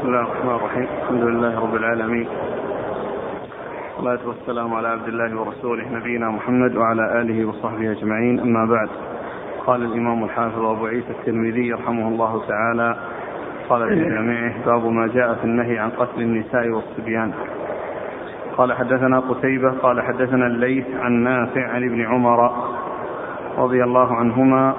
بسم الله الرحمن الرحيم. الحمد لله رب العالمين، والصلاة والسلام على عبد الله ورسوله نبينا محمد وعلى آله وصحبه أجمعين. أما بعد، قال الإمام الحافظ أبو عيسى الترمذي رحمه الله تعالى قال في جامعه: باب ما جاء في النهي عن قتل النساء والصبيان. قال حدثنا قتيبة قال حدثنا الليث عن نافع عن ابن عمر رضي الله عنهما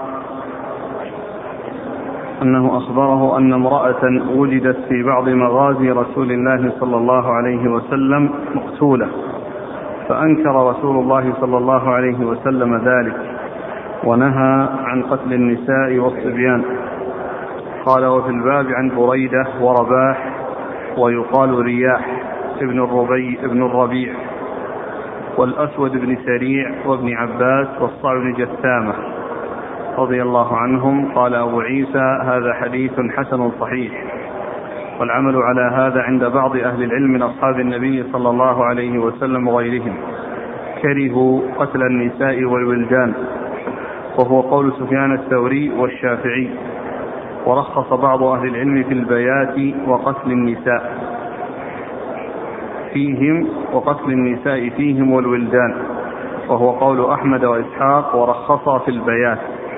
أنه أخبره أن امرأة وجدت في بعض مغازي رسول الله صلى الله عليه وسلم مقتولة، فأنكر رسول الله صلى الله عليه وسلم ذلك ونهى عن قتل النساء والصبيان. قال: وفي الباب عن بريدة ورباح ويقال رياح ابن الربيع والأسود بن سريع وابن عباس والصعب بن جثامة رضي الله عنهم. قال أبو عيسى: هذا حديث حسن صحيح، والعمل على هذا عند بعض أهل العلم من أصحاب النبي صلى الله عليه وسلم وغيرهم، كرهوا قتل النساء والولدان، وهو قول سفيان الثوري والشافعي. ورخص بعض أهل العلم في البيات وقتل النساء فيهم والولدان، وهو قول أحمد وإسحاق، ورخص في البيات.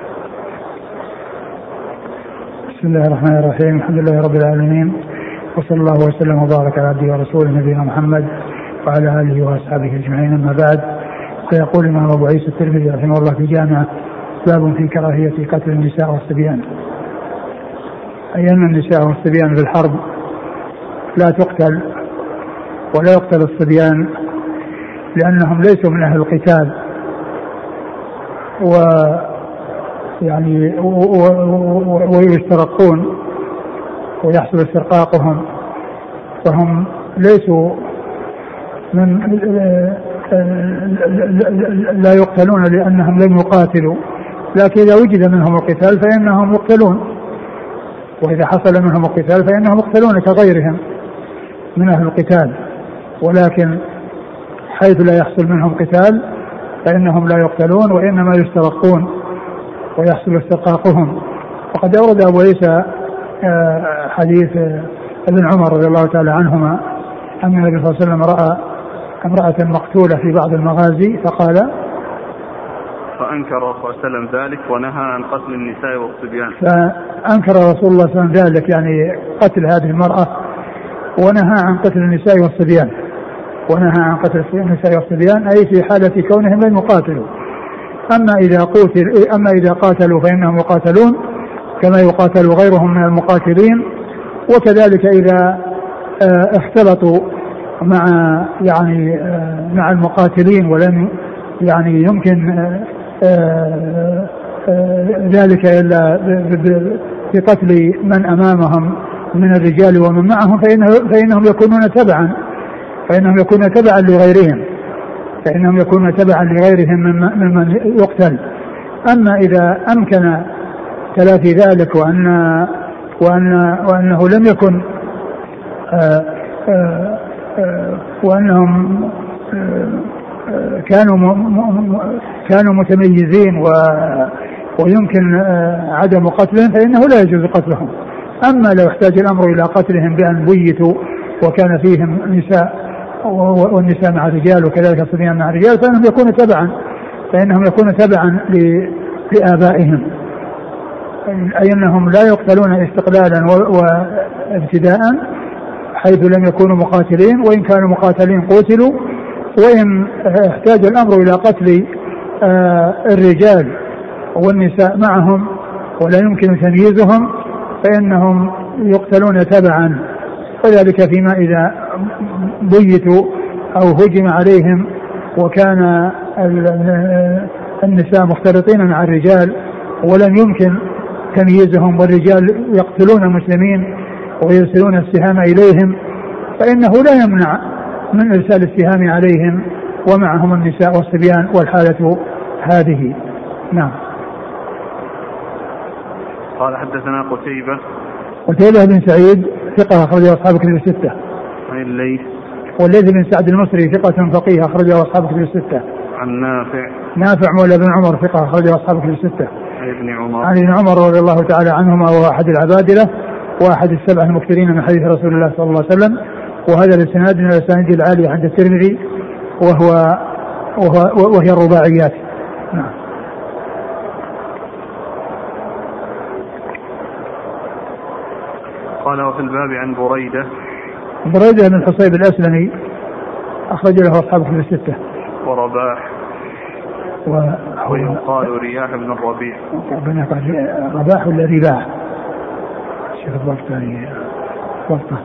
بسم الله الرحمن الرحيم. الحمد لله رب العالمين، وصلى الله وسلم وبارك على عبده ورسوله نبينا محمد وعلى آله وأصحابه أجمعين. أما بعد، فيقول الإمام أبو عيسى الترمذي رحمه الله في جامعه: باب في كراهية قتل النساء والصبيان. أي أن النساء والصبيان في الحرب لا تقتل، ولا يقتل الصبيان لأنهم ليسوا من أهل القتال، ويسترقون ويحصل استرقاقهم، فهم ليسوا من لا يقتلون لأنهم لم يقاتلوا، لكن إذا وجد منهم القتال فإنهم يقتلون، وإذا حصل منهم القتال فإنهم يقتلون كغيرهم من أهل القتال، ولكن حيث لا يحصل منهم قتال فإنهم لا يقتلون وإنما يسترقون ويحصل استرقاقهم. وقد أورد أبو عيسى حديث ابن عمر رضي الله تعالى عنهما أن النبي صلى الله عليه وسلم رأى امرأة مقتولة في بعض المغازي فقال: فأنكر رسول الله صلى الله عليه وسلم ذلك ونهى عن قتل النساء والصبيان. فأنكر رسول الله صلى الله عليه وسلم ذلك، يعني قتل هذه المرأة، ونهى عن قتل النساء والصبيان. ونهى عن قتل النساء والصبيان أي في حالة كونهم لم يقاتلوا. أما إذا قاتلوا فإنهم يقاتلون كما يقاتل غيرهم من المقاتلين، وكذلك إذا اختلطوا مع المقاتلين ولم يمكن ذلك إلا بقتل من أمامهم من الرجال ومن معهم فإنهم يكونون تبعا لغيرهم ممن يقتل. أما إذا أمكن تلافي ذلك وأنه لم يكن وأنهم كانوا متميزين ويمكن عدم قتلهم فإنه لا يجوز قتلهم. أما لو احتاج الأمر إلى قتلهم بأن بيتوا وكان فيهم نساء والنساء مع الرجال وكذلك الصبيان مع الرجال فإنهم يكونوا تبعا لآبائهم، أي أنهم لا يقتلون استقلالا وابتداء حيث لم يكونوا مقاتلين، وإن كانوا مقاتلين قتلوا. وإن احتاج الأمر إلى قتل الرجال والنساء معهم ولا يمكن تمييزهم فإنهم يقتلون تبعا، وذلك فيما إذا بيتوا أو هجم عليهم وكان النساء مختلطين مع الرجال ولم يمكن تمييزهم، والرجال يقتلون المسلمين ويرسلون السهام إليهم، فإنه لا يمنع من إرسال السهام عليهم ومعهم النساء والصبيان، والحالة هذه. نعم. قال حدثنا قتيبة بن سعيد ثقة أخرجه أصحاب الكتب الستة. عن الليث والليث بن سعد المصري ثقة فقيه أخرجه أصحاب الكتب الستة. عن نافع مولى بن عمر ثقة أخرجه أصحاب الكتب الستة. عن ابن عمر رضي الله تعالى عنهما وهو أحد العبادلة واحد السبعة المكثرين من حديث رسول الله صلى الله عليه وسلم. وهذا الاسناد من الاسانيد العالية عند الترمذي وهي الرباعيات. نعم. قال وفي الباب عن بريدة بن الحصيب الأسلمي أخرج له أصحاب الكتب الستة. ورباح ويقال رياح بن الربيع. رباح ولا رباح؟ شيخ الضبط ثاني ضبطه.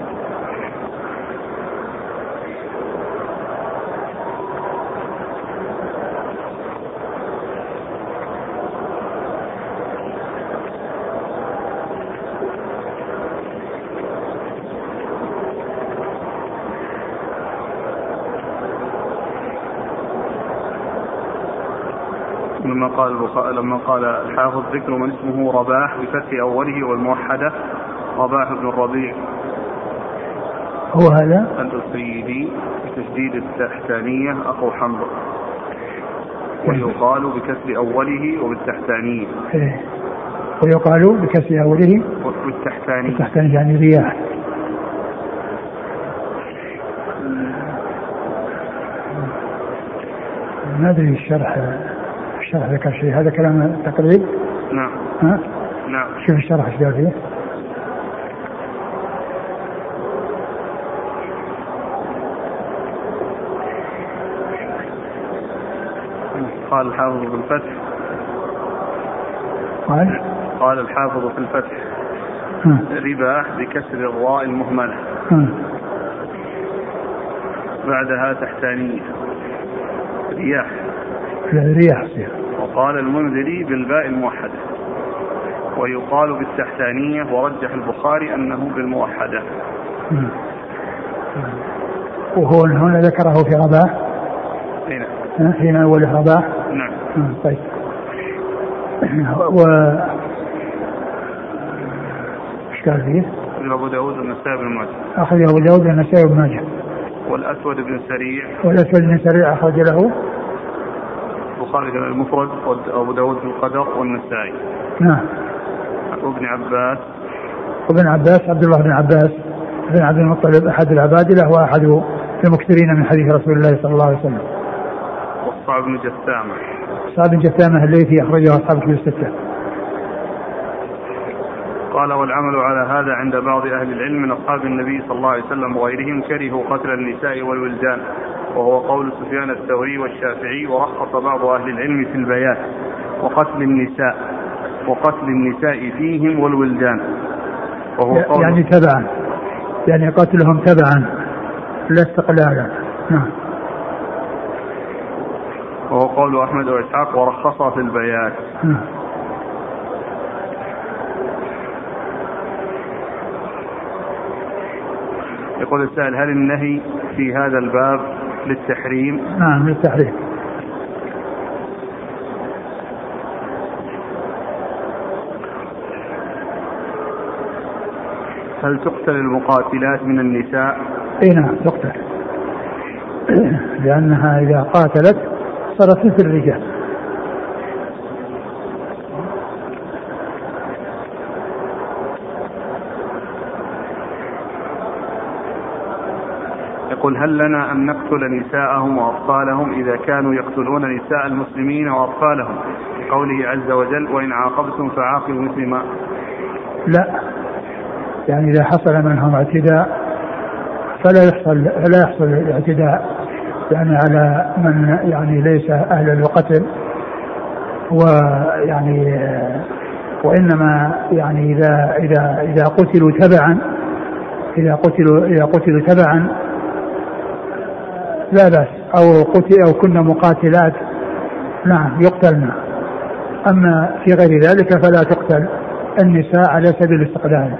لما قال الحافظ ذكر من اسمه رباح بفتح أوله والموحدة رباح بن الربيع هو هذا الأسيدي بتشديد التحتانية أخو حمزة، ويقال بكسر أوله وبالتحتانية. ويقال بكسر أوله بالتحتانية يعني رياح. ما أدري الشرح ذكر شيء، هذا كلام تقريب. نعم. نعم. شوف الشرح ايش قال فيه. قال الحافظ في الفتح قال الحافظ في الفتح رباح بكسر الراء المهملة بعدها تحتانية رياح. وقال المنذري بالباء الموحدة، ويقال بالتحتانية، ورجح البخاري أنه بالموحدة. وهو هنا ذكره في رباح هنا أول رباح. نعم. طيب. ايش قال فيه؟ أبو داود والنسائي بن ماجه. أخرج أبو داود والنسائي بن ماجه. والأسود بن سريع أخرج له البخاري المفرد وأبو داود في القدر والنسائي. نعم. وابن عباس عبد الله بن عباس بن عبد المطلب أحد العبادلة وأحد المكثرين من حديث رسول الله صلى الله عليه وسلم. وصعب بن جثامة الذي أخرجه أصحاب الكتب الستة. قال والعمل على هذا عند بعض أهل العلم من أصحاب النبي صلى الله عليه وسلم وغيرهم كرهوا قتل النساء والولدان، وهو قول سفيان الثوري والشافعي، ورخص بعض أهل العلم في البيات وقتل النساء فيهم والولدان، وهو قول يعني تبعا، يعني قتلهم تبعا لا استقلالا. نعم. وهو قول أحمد وإسحاق ورخص في البيات. يقول السائل هل النهي في هذا الباب للتحريم؟ نعم للتحريم. هل تقتل المقاتلات من النساء؟ اي نعم تقتل، لأنها إذا قاتلت صارت مثل الرجال. يقول هل لنا أن نقتل نساءهم وأطفالهم إذا كانوا يقتلون نساء المسلمين وأطفالهم، قوله عز وجل وإن عاقبتم فعاقبوا مثل ما؟ لا، يعني إذا حصل منهم اعتداء فلا يحصل الاعتداء يعني على من يعني ليس أهلا للقتل، ويعني وإنما يعني إذا قتلوا تبعا إذا قتلوا تبعا لا بأس، أو كنا مقاتلات نعم يقتلنا. أما في غير ذلك فلا تقتل النساء على سبيل الاستقلال.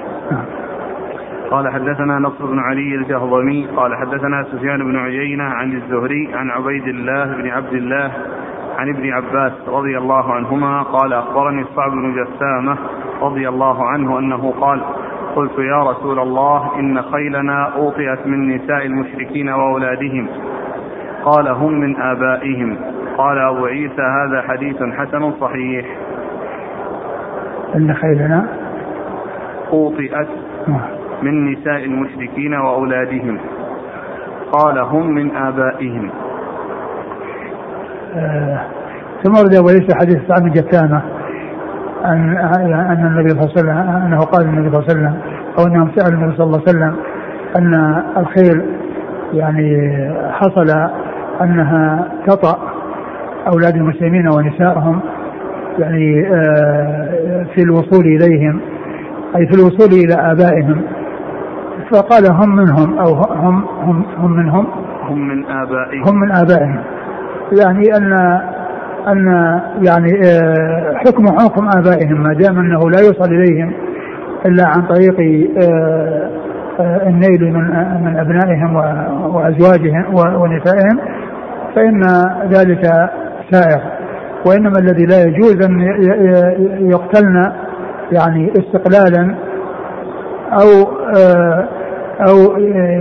قال حدثنا نصر بن علي الجهضمي قال حدثنا سفيان بن عيينة عن الزهري عن عبيد الله بن عبد الله عن ابن عباس رضي الله عنهما قال أخبرني الصعب بن جثامة رضي الله عنه أنه قال قلت يا رسول الله إن خيلنا أوطئت من نساء المشركين وأولادهم، قال هم من آبائهم. قال أبو عيسى هذا حديث حسن صحيح. إن خيلنا أوطئت من نساء المشركين وأولادهم. قال هم من آبائهم. ثم ورد وليس حديث سعد بن جثامة أن النبي صلى الله عليه وسلم أنه قال النبي صلى الله عليه وسلم أو أنهم سألوا النبي صلى الله عليه وسلم أن الخيل يعني حصل أنها تطأ أولاد المسلمين ونسائهم يعني في الوصول إليهم أي في الوصول إلى آبائهم. فقال هم منهم أو هم منهم هم من آبائهم يعني أن يعني حكم آبائهم ما دام أنه لا يوصل إليهم إلا عن طريق النيل من أبنائهم وأزواجهم ونسائهم فإن ذلك سائر. وإنما الذي لا يجوز أن يقتلن يعني استقلالا أو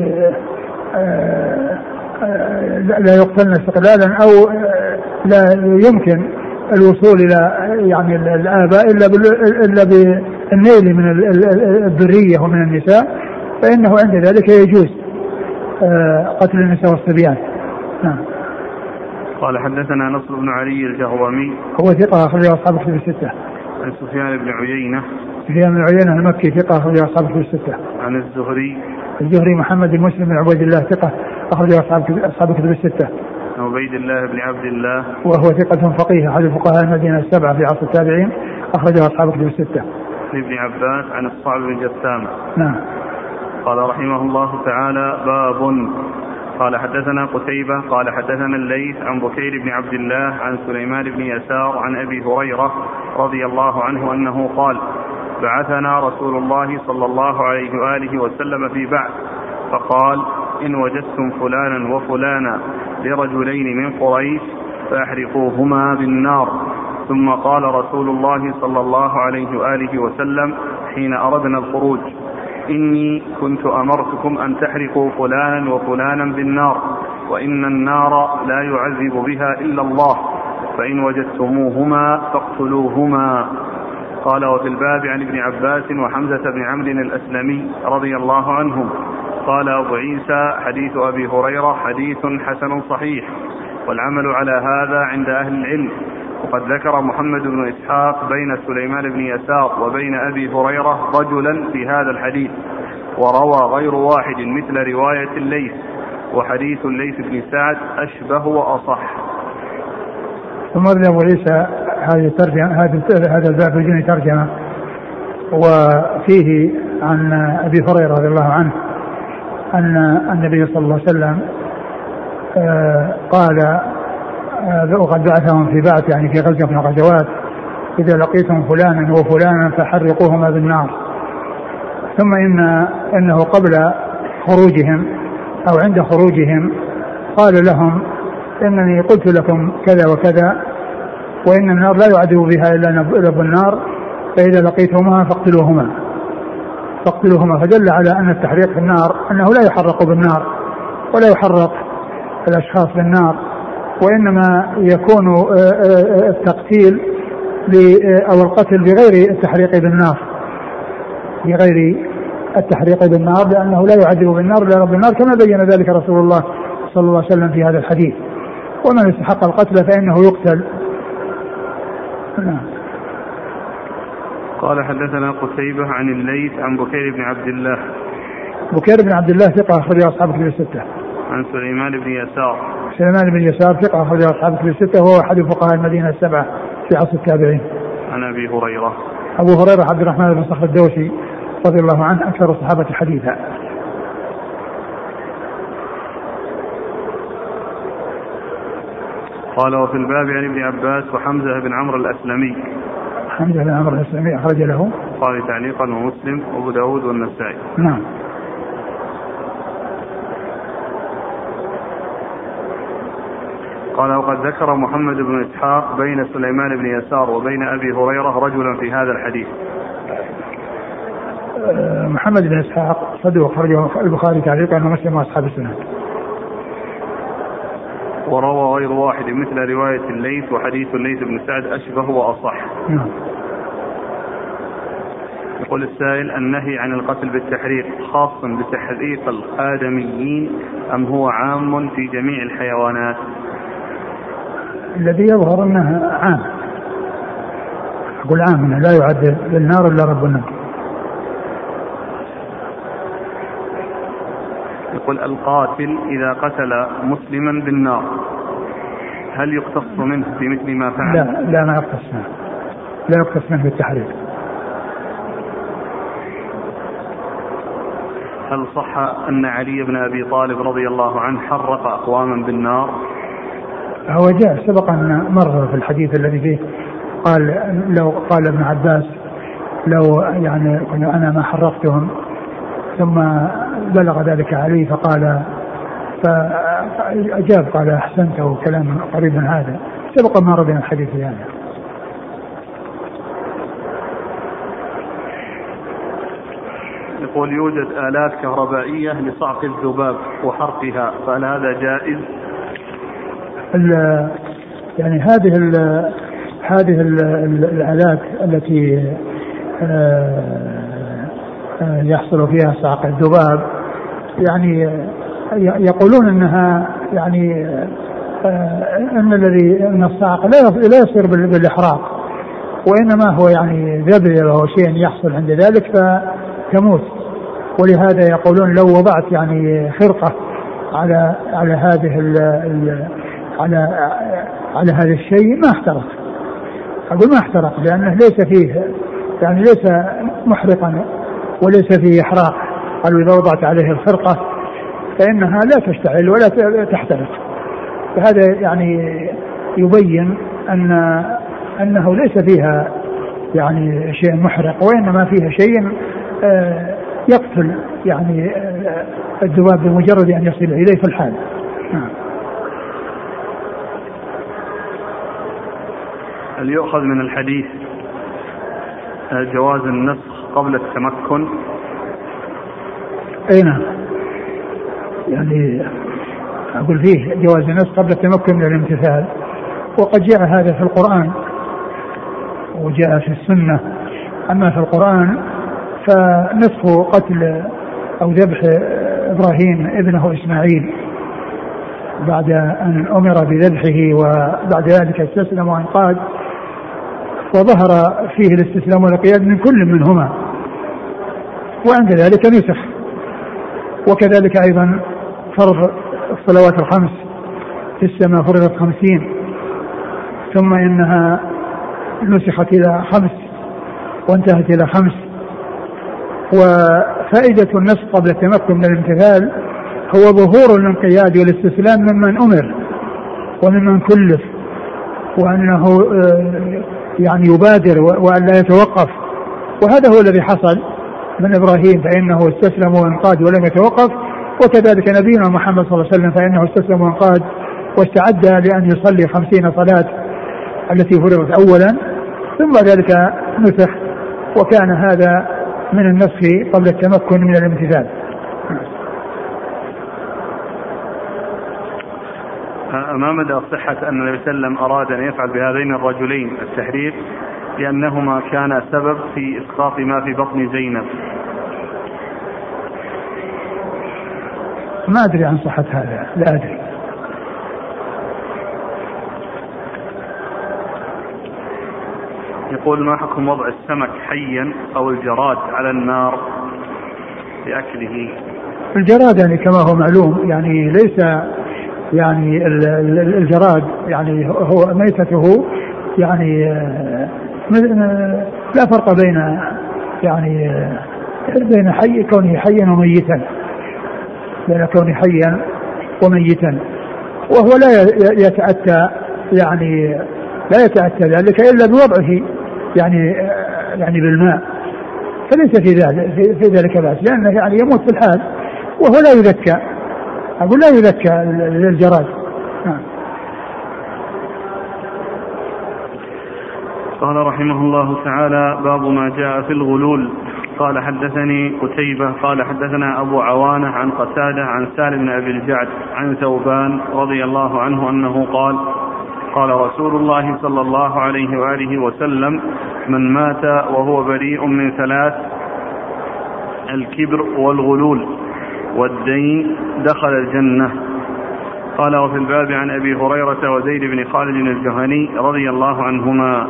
لا يقتلن استقلالا أو لا يمكن الوصول إلى يعني الآباء إلا بالنيل من الذرية ومن النساء فإنه عند ذلك يجوز قتل النساء والصبيان. نعم. قال حدثنا نصر بن علي الجهضمي هو ثقة أخرجه أصحاب الكتب الستة. عن سفيان بن عيينة المكي ثقة أخرجه أصحاب الكتب الستة. عن الزهري محمد بن مسلم بن عبيد الله ثقة أخرجه أصحاب الكتب الستة. عبيد الله بن عبد الله وهو ثقة فقيه أحد فقهاء المدينة السبعة في عصر التابعين أخرجه أصحاب الكتب الستة. ابن عباس عن الصعب بن جثامة. نعم. قال رحمه الله تعالى باب. قال حدثنا قتيبة قال حدثنا الليث عن بكير بن عبد الله عن سليمان بن يسار عن أبي هريرة رضي الله عنه أنه قال بعثنا رسول الله صلى الله عليه وآله وسلم في بعث فقال إن وجدتم فلانا وفلانا لرجلين من قريش فأحرقوهما بالنار. ثم قال رسول الله صلى الله عليه وآله وسلم حين أردنا الخروج إني كنت أمرتكم أن تحرقوا فلانا وفلانا بالنار وإن النار لا يعذب بها إلا الله فإن وجدتموهما فاقتلوهما. قال وفي الباب عن ابن عباس وحمزة بن عمرو الأسلمي رضي الله عنهم. قال أبو عيسى حديث أبي هريرة حديث حسن صحيح والعمل على هذا عند أهل العلم. وقد ذكر محمد بن إسحاق بين سليمان بن يسار وبين أبي هريرة رجلا في هذا الحديث وروى غير واحد مثل رواية الليث وحديث الليث بن سعد أشبه وأصح. ثم أبو عيسى هذا الباب يجيني ترجمة وفيه عن أبي هريرة رضي الله عنه أن النبي صلى الله عليه وسلم قال وقد بعثهم في بعث يعني في غزوة من الغزوات إذا لقيتم فلانا وفلانا فحرقوهما بالنار. ثم إنه قبل خروجهم أو عند خروجهم قال لهم إنني قلت لكم كذا وكذا وإن النار لا يعذب بها إلا بالنار فإذا لقيتموها فاقتلوهما. فدل على أن التحريق في النار أنه لا يحرق بالنار ولا يحرق الأشخاص بالنار وإنما يكون التقتيل أو القتل بغير التحريق بالنار لأنه لا يعذب بالنار إلا رب النار كما بين ذلك رسول الله صلى الله عليه وسلم في هذا الحديث. ومن استحق القتل فإنه يقتل. قال حدثنا قتيبة عن الليث عن بكير بن عبد الله. بكير بن عبد الله ثقة أخرجه أصحاب الكتب الستة. عن سليمان بن يسار ثقة أخرجه أصحاب الكتب الستة وهو أحد فقهاء المدينة السبعة في عصر التابعين. عن أبي هريرة عبد الرحمن بن صخر الدوسي رضي الله عنه أكثر الصحابة حديثا. قال وفي الباب عن ابن عباس وحمزة بن عمرو الأسلمي. أخرج له قال تعليقا ومسلم وأبو داود والنسائي. نعم. قال وقد ذكر محمد بن إسحاق بين سليمان بن يسار وبين أبي هريرة رجلا في هذا الحديث. محمد بن إسحاق صدوق أخرجه البخاري تعليقا ومسلم وأصحاب السنن. وروى غير واحد مثل رواية الليث وحديث الليث بن سعد أشبه وأصح. نعم. يقول السائل: النهي عن القتل بالتحريق خاص بتحريق الآدميين أم هو عام في جميع الحيوانات؟ الذي يظهر أنه عام، أقول عام، أنه لا يعد بالنار إلا رب النار. يقول: القاتل إذا قتل مسلما بالنار هل يقتص منه في مثل ما فعل؟ لا ما يقتص منه، لا يقتص منه بالتحريق. هل صح أن علي بن أبي طالب رضي الله عنه حرق أقواما بالنار؟ هو جاء سبق أن مر في الحديث الذي فيه لو قال ابن عباس لو يعني أنا ما حرقتهم، ثم بلغ ذلك علي فأجاب قال أحسنت، وكلام قريب من هذا سبق ما ربنا الحديث يعني. يقول: يوجد آلات كهربائية لصعق الذباب وحرقها، فهل هذا جائز؟ يعني هذه الآلات التي يحصل فيها صعق الذباب يعني يقولون انها يعني ان الصعق لا يصير بالاحراق، وانما هو يعني ذبذبه او شيء يحصل عند ذلك فتموت. ولهذا يقولون لو وضعت يعني خرقه على هذا الشيء ما احترق. اقول ما احترق لانه ليس فيه يعني ليس محرقا وليس فيه احراق. قالوا اذا وضعت عليه الخرقه فإنها لا تشتعل ولا تحترق. فهذا يعني يبين أنه ليس فيها يعني شيء محرق، وإنما فيها شيء يقتل يعني الذباب بمجرد أن يصل إليه في الحال. هل يؤخذ من الحديث جواز النسخ قبل التمكن؟ أي نعم، يعني أقول فيه جواز النسخ قبل التمكن من الامتثال، وقد جاء هذا في القرآن وجاء في السنة. أما في القرآن فنسخ قتل أو ذبح إبراهيم ابنه إسماعيل بعد أن أمر بذبحه وبعد ذلك استسلم وانقاد، وظهر فيه الاستسلام والانقياد من كل منهما، وعند ذلك نسخ. وكذلك أيضا فرض الصلوات الخمس في السماء فرضت 50، ثم إنها نسخت إلى 5 وانتهت إلى 5. وفائدة النسخ قبل التمكن من الامتثال هو ظهور الانقياد والاستسلام ممن أمر وممن كلف، وأنه يعني يبادر وأن لا يتوقف. وهذا هو الذي حصل من إبراهيم، فإنه استسلم وانقاد ولم يتوقف. وكذلك نبينا محمد صلى الله عليه وسلم فإنه استسلم وانقاد واستعد لأن يصلي 50 صلاة التي فرضت أولا، ثم ذلك نسخ. وكان هذا من النسخ قبل التمكن من الامتثال. ما مدى صحة أن النبي صلى الله عليه وسلم أراد أن يفعل بهذين الرجلين التحريق لأنهما كان سبب في إسقاط ما في بطن زينب؟ ما أدري عن صحة هذا، لا أدري. يقول: ما حكم وضع السمك حيا أو الجراد على النار لأكله؟ الجراد يعني كما هو معلوم يعني ليس يعني الجراد يعني هو ميتته يعني لا فرق بين يعني بين حي كونه حيا وميتا، بين كونه حيا وميتا. وهو لا يتأتى يعني لا يتأتى ذلك إلا بوضعه يعني بالماء، فليس في ذلك بأس، لأنه يعني يموت في الحال وهو لا يذكى. أقول لا يذكى للجراد. قال رحمه الله تعالى: باب ما جاء في الغلول. قال: حدثني قتيبة قال حدثنا أبو عوانة عن قتادة عن سالم بن أبي الجعد عن ثوبان رضي الله عنه أنه قال: قال رسول الله صلى الله عليه وآله وسلم: من مات وهو بريء من 3 الكبر والغلول والدين دخل الجنة. قال وفي الباب عن أبي هريرة وزيد بن خالد الجهني رضي الله عنهما.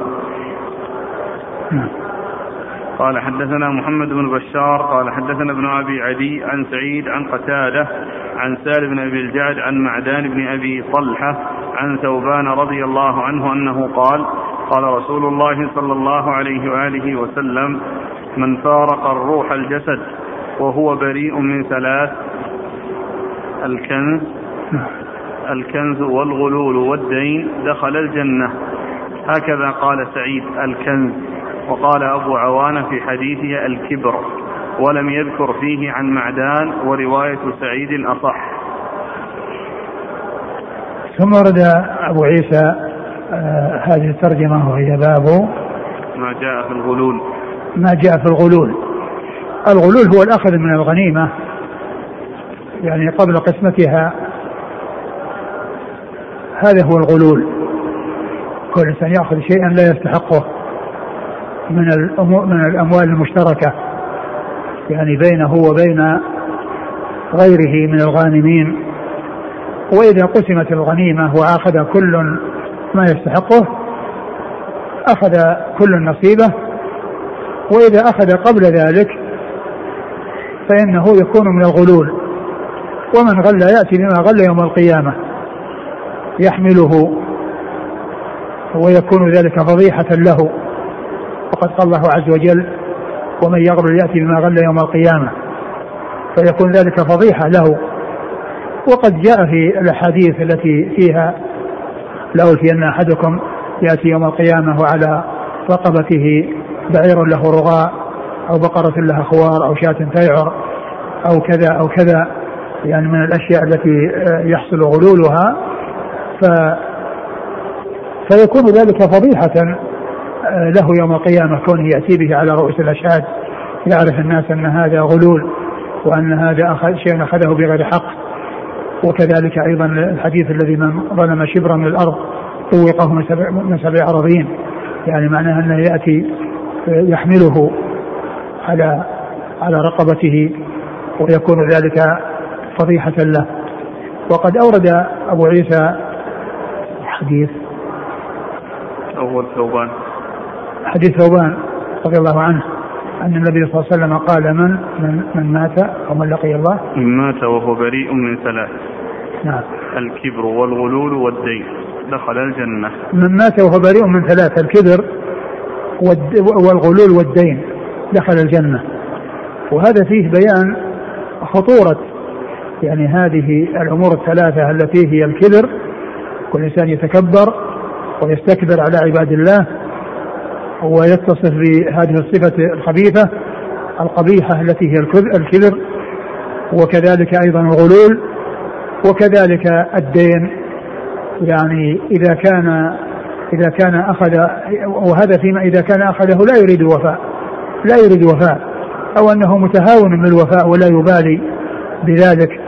قال حدثنا محمد بن بشار قال حدثنا ابن أبي عدي عن سعيد عن قتادة عن سالم بن أبي الجعد عن معدان بن أبي طلحة عن ثوبان رضي الله عنه أنه قال قال رسول الله صلى الله عليه وآله وسلم من فارق الروح الجسد وهو بريء من ثلاث: الكنز والغلول والدين دخل الجنة. هكذا قال سعيد الكنز، وقال أبو عوانة في حديثه الكبر، ولم يذكر فيه عن معدان، ورواية سعيد أصح. ثم ورد أبو عيسى هذه الترجمة وهي باب ما جاء في الغلول. ما جاء في الغلول. الغلول هو الأخذ من الغنيمة يعني قبل قسمتها، هذا هو الغلول. كل إنسان يأخذ شيئا لا يستحقه من الأموال المشتركة يعني بينه وبين غيره من الغانمين. وإذا قسمت الغنيمة وأخذ كل ما يستحقه أخذ كل نصيبه، وإذا أخذ قبل ذلك فإنه يكون من الغلول. ومن غل يأتي بما غل يوم القيامة يحمله، ويكون ذلك فضيحة له. وقد قال الله عز وجل ومن يغل يأتي بما غل يوم القيامة، فيكون ذلك فضيحة له. وقد جاء في الأحاديث التي فيها لأوتين أحدكم يأتي يوم القيامة وعلى رقبته بعير له رغاء أو بقرة لها خوار أو شاة تيعر أو كذا أو كذا، يعني من الأشياء التي يحصل غلولها، فيكون ذلك فضيحة له يوم القيامة كونه يأتي به على رؤوس الأشهاد، يعرف الناس أن هذا غلول وأن هذا شيء أخذه بغير حق. وكذلك أيضا الحديث الذي من ظلم شبرا من الأرض طوقه من 7 أراضين، يعني معناه أنه يأتي يحمله على رقبته ويكون ذلك فضيحة له. وقد أورد أبو عيسى حديث حديث ثوبان رضي الله عنه أن النبي صلى الله عليه وسلم قال من مات أو من لقي الله من مات وهو بريء من 3: نعم. الكبر والغلول والدين دخل الجنة. من مات وهو بريء من 3: الكبر والغلول والدين دخل الجنة. وهذا فيه بيان خطورة يعني هذه الأمور الثلاثة التي هي الكبر، كل إنسان يتكبر ويستكبر على عباد الله ويتصف بهذه الصفة الخبيثة القبيحة التي هي الكبر، وكذلك أيضا الغلول، وكذلك الدين. يعني إذا كان أخذ، وهذا فيما إذا كان أخذه لا يريد وفاء أو أنه متهاون بالوفاء ولا يبالي بذلك،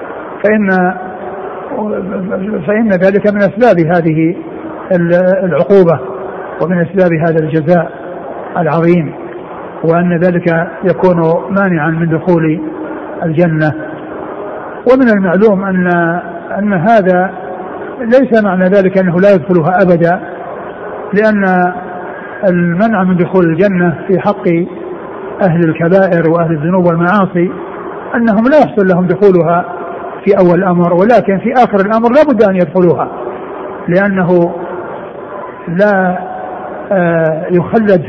فإن ذلك من أسباب هذه العقوبة ومن أسباب هذا الجزاء العظيم، وأن ذلك يكون مانعا من دخول الجنة. ومن المعلوم أن هذا ليس معنى ذلك أنه لا يدخلها أبدا، لأن المنع من دخول الجنة في حق أهل الكبائر وأهل الذنوب والمعاصي أنهم لا يحصل لهم دخولها في أول الأمر، ولكن في آخر الأمر لا بد أن يدخلوها، لأنه لا يخلد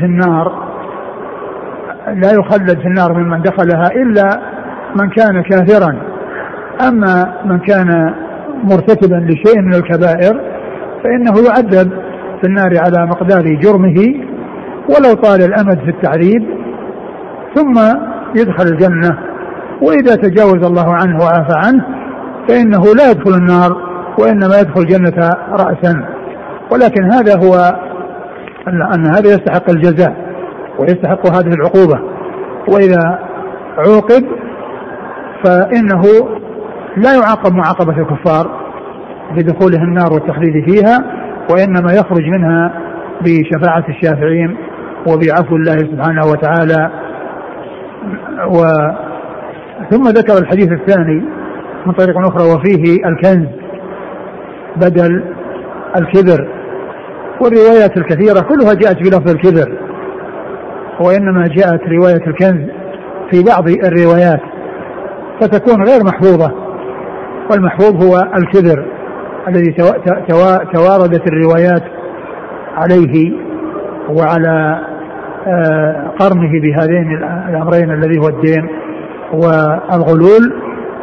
في النار ممن دخلها إلا من كان كافرا. أما من كان مرتكبا لشيء من الكبائر فإنه يعذب في النار على مقدار جرمه ولو طال الأمد في التعذيب، ثم يدخل الجنة. وإذا تجاوز الله عنه وعافى عنه فإنه لا يدخل النار وإنما يدخل الجنة رأسا. ولكن هذا هو أن هذا يستحق الجزاء ويستحق هذه العقوبة، وإذا عوقب فإنه لا يعاقب معاقبة الكفار بدخوله النار والتخليد فيها، وإنما يخرج منها بشفاعة الشافعين وبعفو الله سبحانه وتعالى ثم ذكر الحديث الثاني من طريق أخرى وفيه الكنز بدل الكبر. والروايات الكثيرة كلها جاءت بلفظ الكبر، وإنما جاءت رواية الكنز في بعض الروايات فتكون غير محفوظة، والمحفوظ هو الكبر الذي تواردت الروايات عليه وعلى قرنه بهذين الأمرين الذي هو الدين والغلول،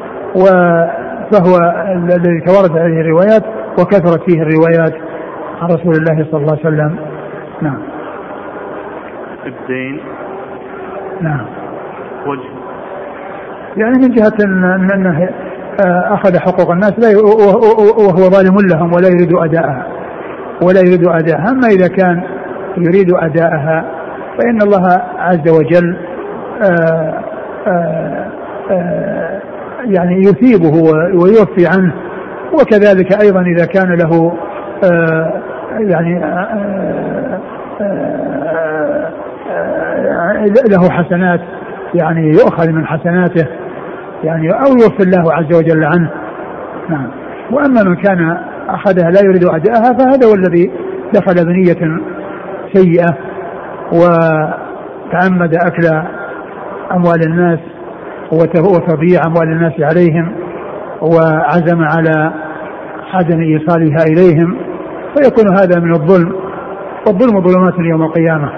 فهو الذي توارد عليه الروايات وكثرت فيه الروايات عن رسول الله صلى الله عليه وسلم. نعم. الدين نعم وجه يعني من جهة أنه أخذ حقوق الناس وهو ظالم لهم ولا يريد أداءها. أما إذا كان يريد أداءها فإن الله عز وجل يعني يثيبه ويوفي عنه. وكذلك أيضا إذا كان له يعني له حسنات يعني يؤخذ من حسناته يعني أو يوفي الله عز وجل عنه. نعم. وأما من كان أخذها لا يريد أداءها فهذا هو الذي دخل بنية سيئة وتعمد أكل أموال الناس وتضييع أموال الناس عليهم وعزم على عدم إيصالها إليهم، فيكون هذا من الظلم، والظلم ظلمات يوم القيامة.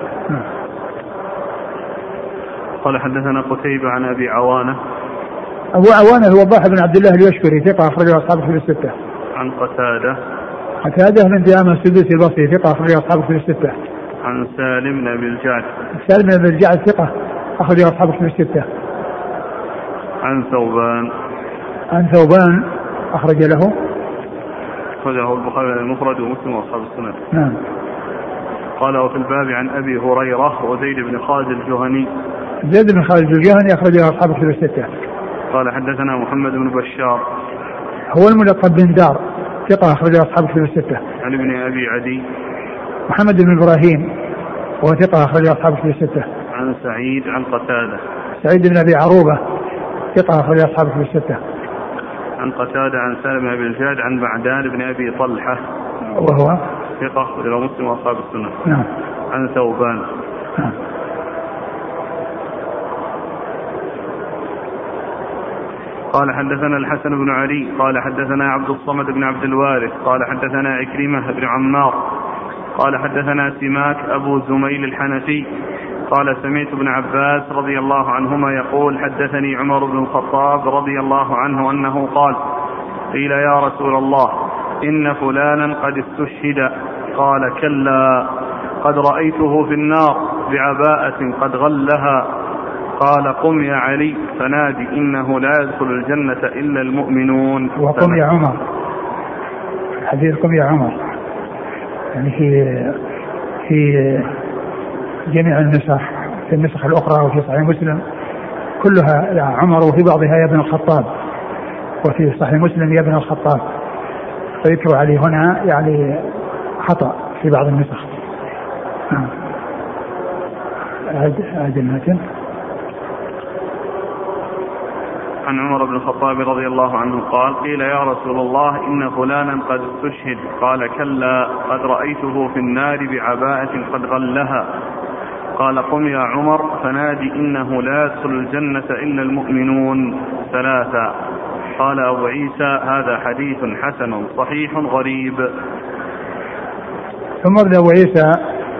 قال حدثنا قتيبة عن أبي عوانة. أبو عوانة هو الضاحي بن عبد الله اليشكري ثقة أخرجه أصحاب الكتب الستة. عن قتادة بن ديامة السدوسي البصري ثقة أخرجه أصحاب الكتب الستة. عن سالم بن أبي الجعد. سالم بن أبي الجعد ثقة أخرجه أصحاب الكتب الستة. عن ثوبان أخرج له البخاري المفرد ومسلم وأصحاب السنن. نعم. قال وفي الباب عن أبي هريرة وزيد بن خالد الجهني. زيد بن خالد الجهني أخرجه أصحاب الكتب الستة. قال حدثنا محمد بن بشار هو الملقب بن دار ثقة أخرجه أصحاب الكتب الستة. عن ابن أبي عدي محمد بن إبراهيم وهو ثقة أخرجه أصحاب الكتب الستة. عن سعيد عن قتادة سعيد بن أبي عروبة ثقة أخرجه أصحاب الكتب الستة. عن قتادة عن سالم بن أبي الجعد عن بعدان بن أبي طلحة وهو ثقة أخرجه مسلم وأصحاب السنة. نعم. عن ثوبان. نعم. قال حدثنا الحسن بن علي قال حدثنا عبد الصمد بن عبد الوارث قال حدثنا عكرمة بن عمار قال حدثنا سماك أبو زميل الحنفي قال سمعت ابن عباس رضي الله عنهما يقول حدثني عمر بن الخطاب رضي الله عنه أنه قال قيل يا رسول الله إن فلانا قد استشهد قال كلا قد رأيته في النار بعباءة قد غلها قال قم يا علي فنادي إنه لا يدخل الجنة إلا المؤمنون. وقم يا عمر حديث قم يا عمر يعني في جميع النسخ في النسخ الأخرى وفي صحيح مسلم كلها يا عمر وفي بعضها يا ابن الخطاب وفي صحيح مسلم يا ابن الخطاب، فيذكر عليه هنا يعني خطأ في بعض النسخ. عاد المتن. عن عمر بن الخطاب رضي الله عنه قال قيل يا رسول الله إن فلانا قد استشهد قال كلا قد رأيته في النار بعباءة قد غلها قال قم يا عمر فنادي إنه لا يدخل الجنة إلا المؤمنون ثلاثا. قال أبو عيسى هذا حديث حسن صحيح غريب. ثم ابن أبو عيسى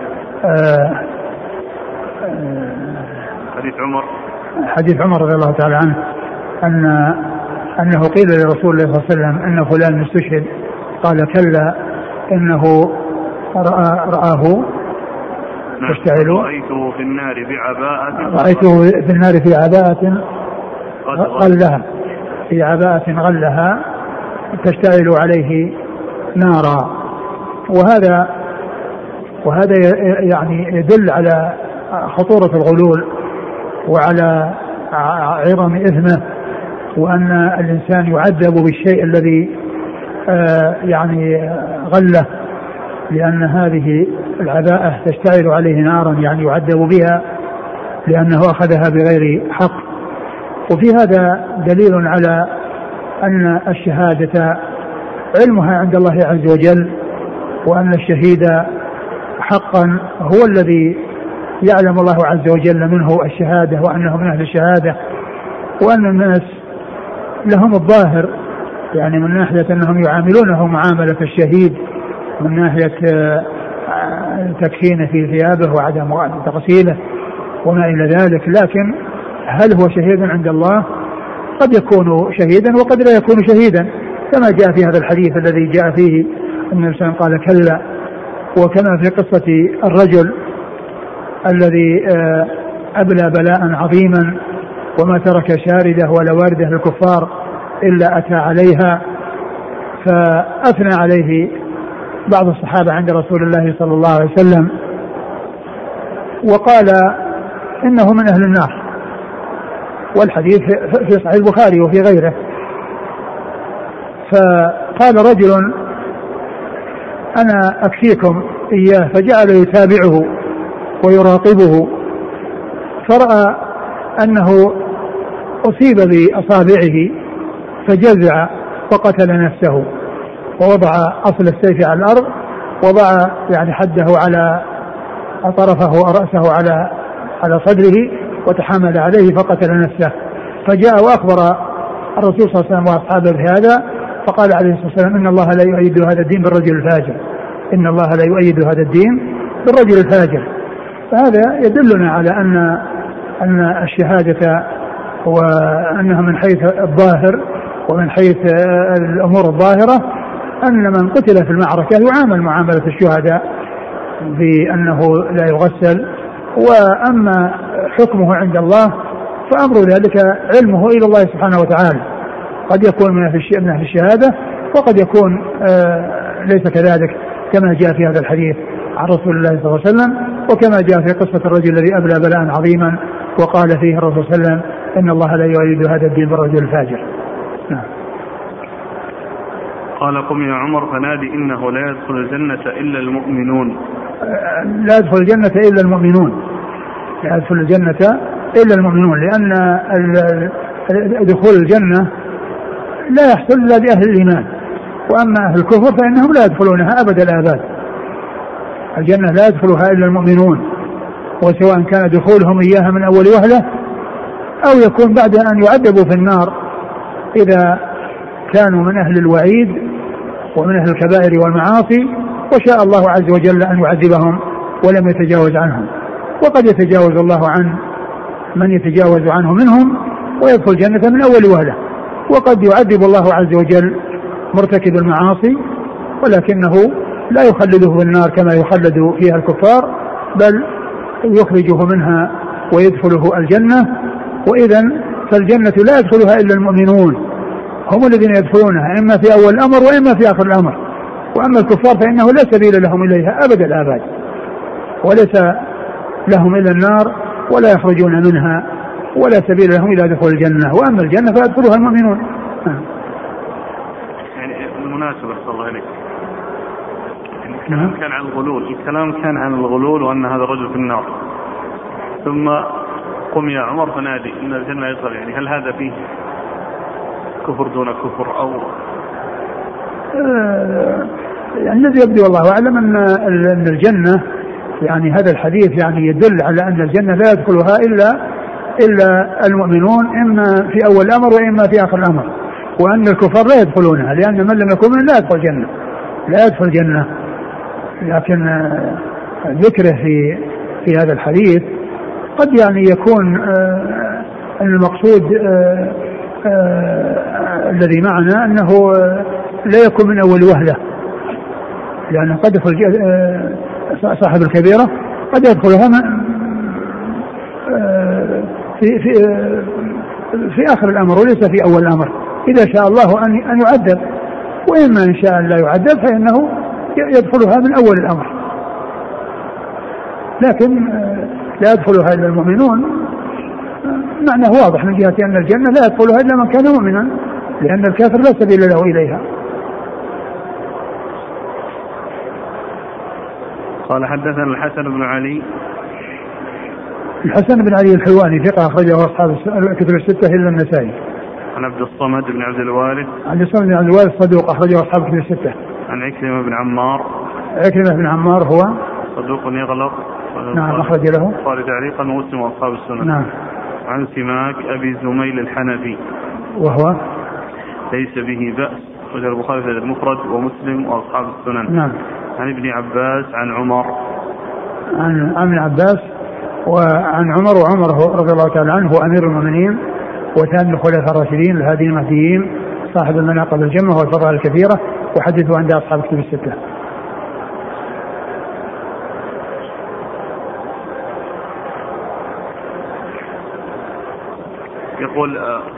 حديث عمر رضي الله تعالى عنه أنه قيل لرسول الله صلى الله عليه وسلم أن فلان استشهد قال كلا إنه رآه تشتعل رأيته في النار في عباءة غلها في عباءة غلها تشتعل عليه نارا. وهذا يعني يدل على خطورة الغلول وعلى عظم إثمه، وأن الإنسان يعذب بالشيء الذي يعني غله، لأن هذه العباءة تشتعل عليه نارا يعني يعذب بها لأنه أخذها بغير حق. وفي هذا دليل على أن الشهادة علمها عند الله عز وجل، وأن الشهيد حقا هو الذي يعلم الله عز وجل منه الشهادة، وأنه من أهل الشهادة، وأن الناس لهم الظاهر يعني من ناحية أنهم يعاملونه معاملة الشهيد من ناحية تكفينه في ثيابه وعدم تغسيله وما إلى ذلك، لكن هل هو شهيد عند الله؟ قد يكون شهيدا وقد لا يكون شهيدا، كما جاء في هذا الحديث الذي جاء فيه أن الإنسان قال كلا، وكما في قصة الرجل الذي أبلى بلاء عظيما وما ترك شاردة ولا واردة للكفار إلا أتى عليها، فأثنى عليه بعض الصحابة عند رسول الله صلى الله عليه وسلم وقال إنه من أهل النار، والحديث في صحيح البخاري وفي غيره. فقال رجل أنا أكفيكم إياه، فجعل يتابعه ويراقبه، فرأى أنه أصيب بأصابعه فجزع وقتل نفسه، ووضع أصل السيف على الأرض، وضع يعني حده على طرفه ورأسه على صدره وتحامل عليه فقتل نفسه. فجاء وأخبر الرسول صلى الله عليه وسلم وأصحابه بهذا، فقال عليه الصلاة والسلام إن الله لا يؤيد هذا الدين بالرجل الفاجر، إن الله لا يؤيد هذا الدين بالرجل الفاجر. فهذا يدلنا على أن الشهادة وأنها من حيث الظاهر ومن حيث الأمور الظاهرة أن من قتل في المعركة يعامل معاملة الشهداء بأنه لا يغسل. وأما حكمه عند الله فأمر ذلك علمه إلى الله سبحانه وتعالى، قد يكون من أهل الشهادة وقد يكون ليس كذلك، كما جاء في هذا الحديث عن رسول الله صلى الله عليه وسلم، وكما جاء في قصة الرجل الذي أبلى بلاء عظيما وقال فيه الرسول صلى الله عليه وسلم إن الله لا يؤيد هذا الدين بالرجل الفاجر. نعم. قال قم يا عمر فنادي إنه لا يدخل الجنة إلا المؤمنون. لا يدخل الجنة إلا المؤمنون، لا يدخل الجنة إلا المؤمنون، لأن دخول الجنة لا يحصل إلا بأهل الإيمان، وأما أهل الكفر فإنهم لا يدخلونها أبد الآباد. الجنة لا يدخلها إلا المؤمنون، وسواء كان دخولهم إياها من أول وهلة أو يكون بعد أن يعذبوا في النار إذا كانوا من أهل الوعيد ومن أهل الكبائر والمعاصي، وشاء الله عز وجل أن يعذبهم ولم يتجاوز عنهم. وقد يتجاوز الله عن من يتجاوز عنه منهم ويدخل الجنة من أول وهلة، وقد يعذب الله عز وجل مرتكب المعاصي ولكنه لا يخلده في النار كما يخلد فيها الكفار، بل يخرجه منها ويدخله الجنة. وإذا فالجنة لا يدخلها إلا المؤمنون، هم الذين يدخلونها إما في أول الأمر وإما في آخر الأمر. وأما الكفار فإنه لا سبيل لهم إليها أبد الآباد، وليس لهم إلا النار ولا يخرجون منها ولا سبيل لهم إلى دخول الجنة. وأما الجنة فيدخلها المؤمنون. يعني المناسبة صلى الله عليه الكلام كان عن الغلول، الكلام كان عن الغلول وأن هذا الرجل في النار، ثم قم يا عمر فنادي إن الجنة يدخل، يعني هل هذا فيه كفر دون كفر أو يعني الذي يبدو والله أعلم أن الجنة يعني هذا الحديث يعني يدل على أن الجنة لا يدخلها إلا المؤمنون إما في أول الأمر وإما في آخر الأمر، وأن الكفار لا يدخلونها، لأن من لم يكن لا يدخل الجنة، لا يدخل الجنة. لكن ذكره في هذا الحديث قد يعني يكون المقصود الذي معنا أنه لا يكون من أول وهلة، لأنه قد يدخل صاحب الكبيرة قد يدخلها في آخر الأمر وليس في أول الأمر، إذا شاء الله أن يعذب، وإما إن شاء لا يعذب فإنه يدخلها من أول الأمر. لكن لا يدخلها إلا المؤمنون معنى واضح من جهة أن الجنة لا يدخلها إلا من كان مؤمنا، لأن الكافر لا سبيل له إليها. قال حدثنا الحسن بن علي الحسن بن علي الحلواني ثقة أخرجه أصحاب الكتب الستة إلا النسائي. عن عبد الصمد بن عبد الوارث. عبد الصمد بن عبد الوارث صدوق أخرجه أصحاب الكتب الستة. عن عكرمة بن عمار. عكرمة بن عمار هو صدوق يغلط. نعم أخرج له قال تعليقا مسلم وأصحاب السنن. نعم. عن سماك أبي زميل الحنفي وهو ليس به بأس، وجه البخاري في المفرد ومسلم وأصحاب السنن. نعم. عن ابن عباس عن عمر. عن ابن عباس وعن عمر، وعمر رضي الله تعالى عنه هو أمير المؤمنين وثاني الخلفاء الراشدين الهاديين المهديين صاحب المناقب الجمة والفضائل الكثيرة، وحدثه عند أصحاب الكتب الستة. يقول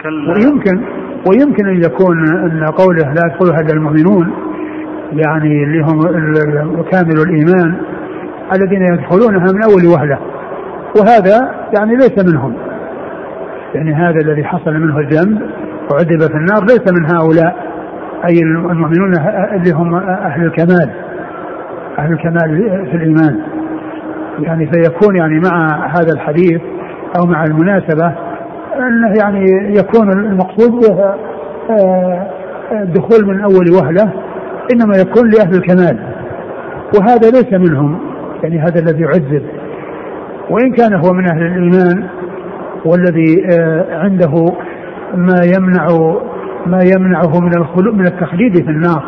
ويمكن أن يكون أن قوله لا يدخلها إلا المؤمنون يعني اللي هم كامل الإيمان الذين يدخلونها من أول وهلة، وهذا يعني ليس منهم، يعني هذا الذي حصل منه الذنب وعذب في النار ليس من هؤلاء، أي المؤمنون اللي هم أهل الكمال في الإيمان. يعني فيكون يعني مع هذا الحديث أو مع المناسبة أنه يعني يكون المقصود الدخول من أول وهلة إنما يكون لأهل الكمال، وهذا ليس منهم، يعني هذا الذي عذب وإن كان هو من أهل الإيمان والذي عنده ما يمنعه من التخليد في النار،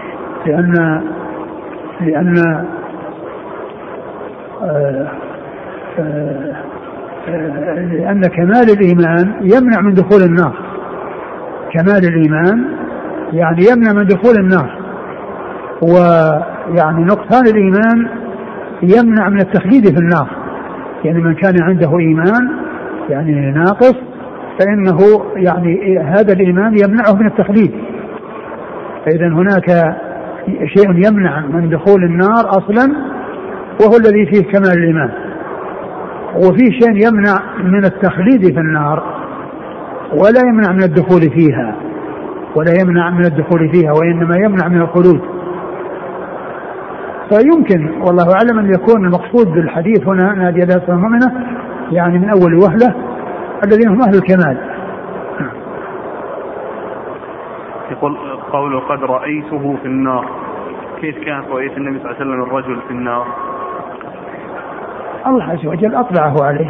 لأن كمال الإيمان يمنع من دخول النار. كمال الإيمان يعني يمنع من دخول النار، ويعني نقصان الإيمان يمنع من التخليد في النار. يعني من كان عنده إيمان يعني ناقص فإنه يعني هذا الإيمان يمنعه من التخليد. فإذا هناك شيء يمنع من دخول النار أصلا وهو الذي فيه كمال الإيمان، وفي شيء يمنع من التخليد في النار ولا يمنع من الدخول فيها وإنما يمنع من الخلود. فيمكن والله أعلم أن يكون المقصود بالحديث هنا نادي ذات المؤمنة يعني من أول وهلة الذين هم أهل الكمال. يقول قوله قد رأيته في النار، كيف كان رؤية النبي صلى الله عليه وسلم الرجل في النار؟ الله عز وجل أطلعه عليه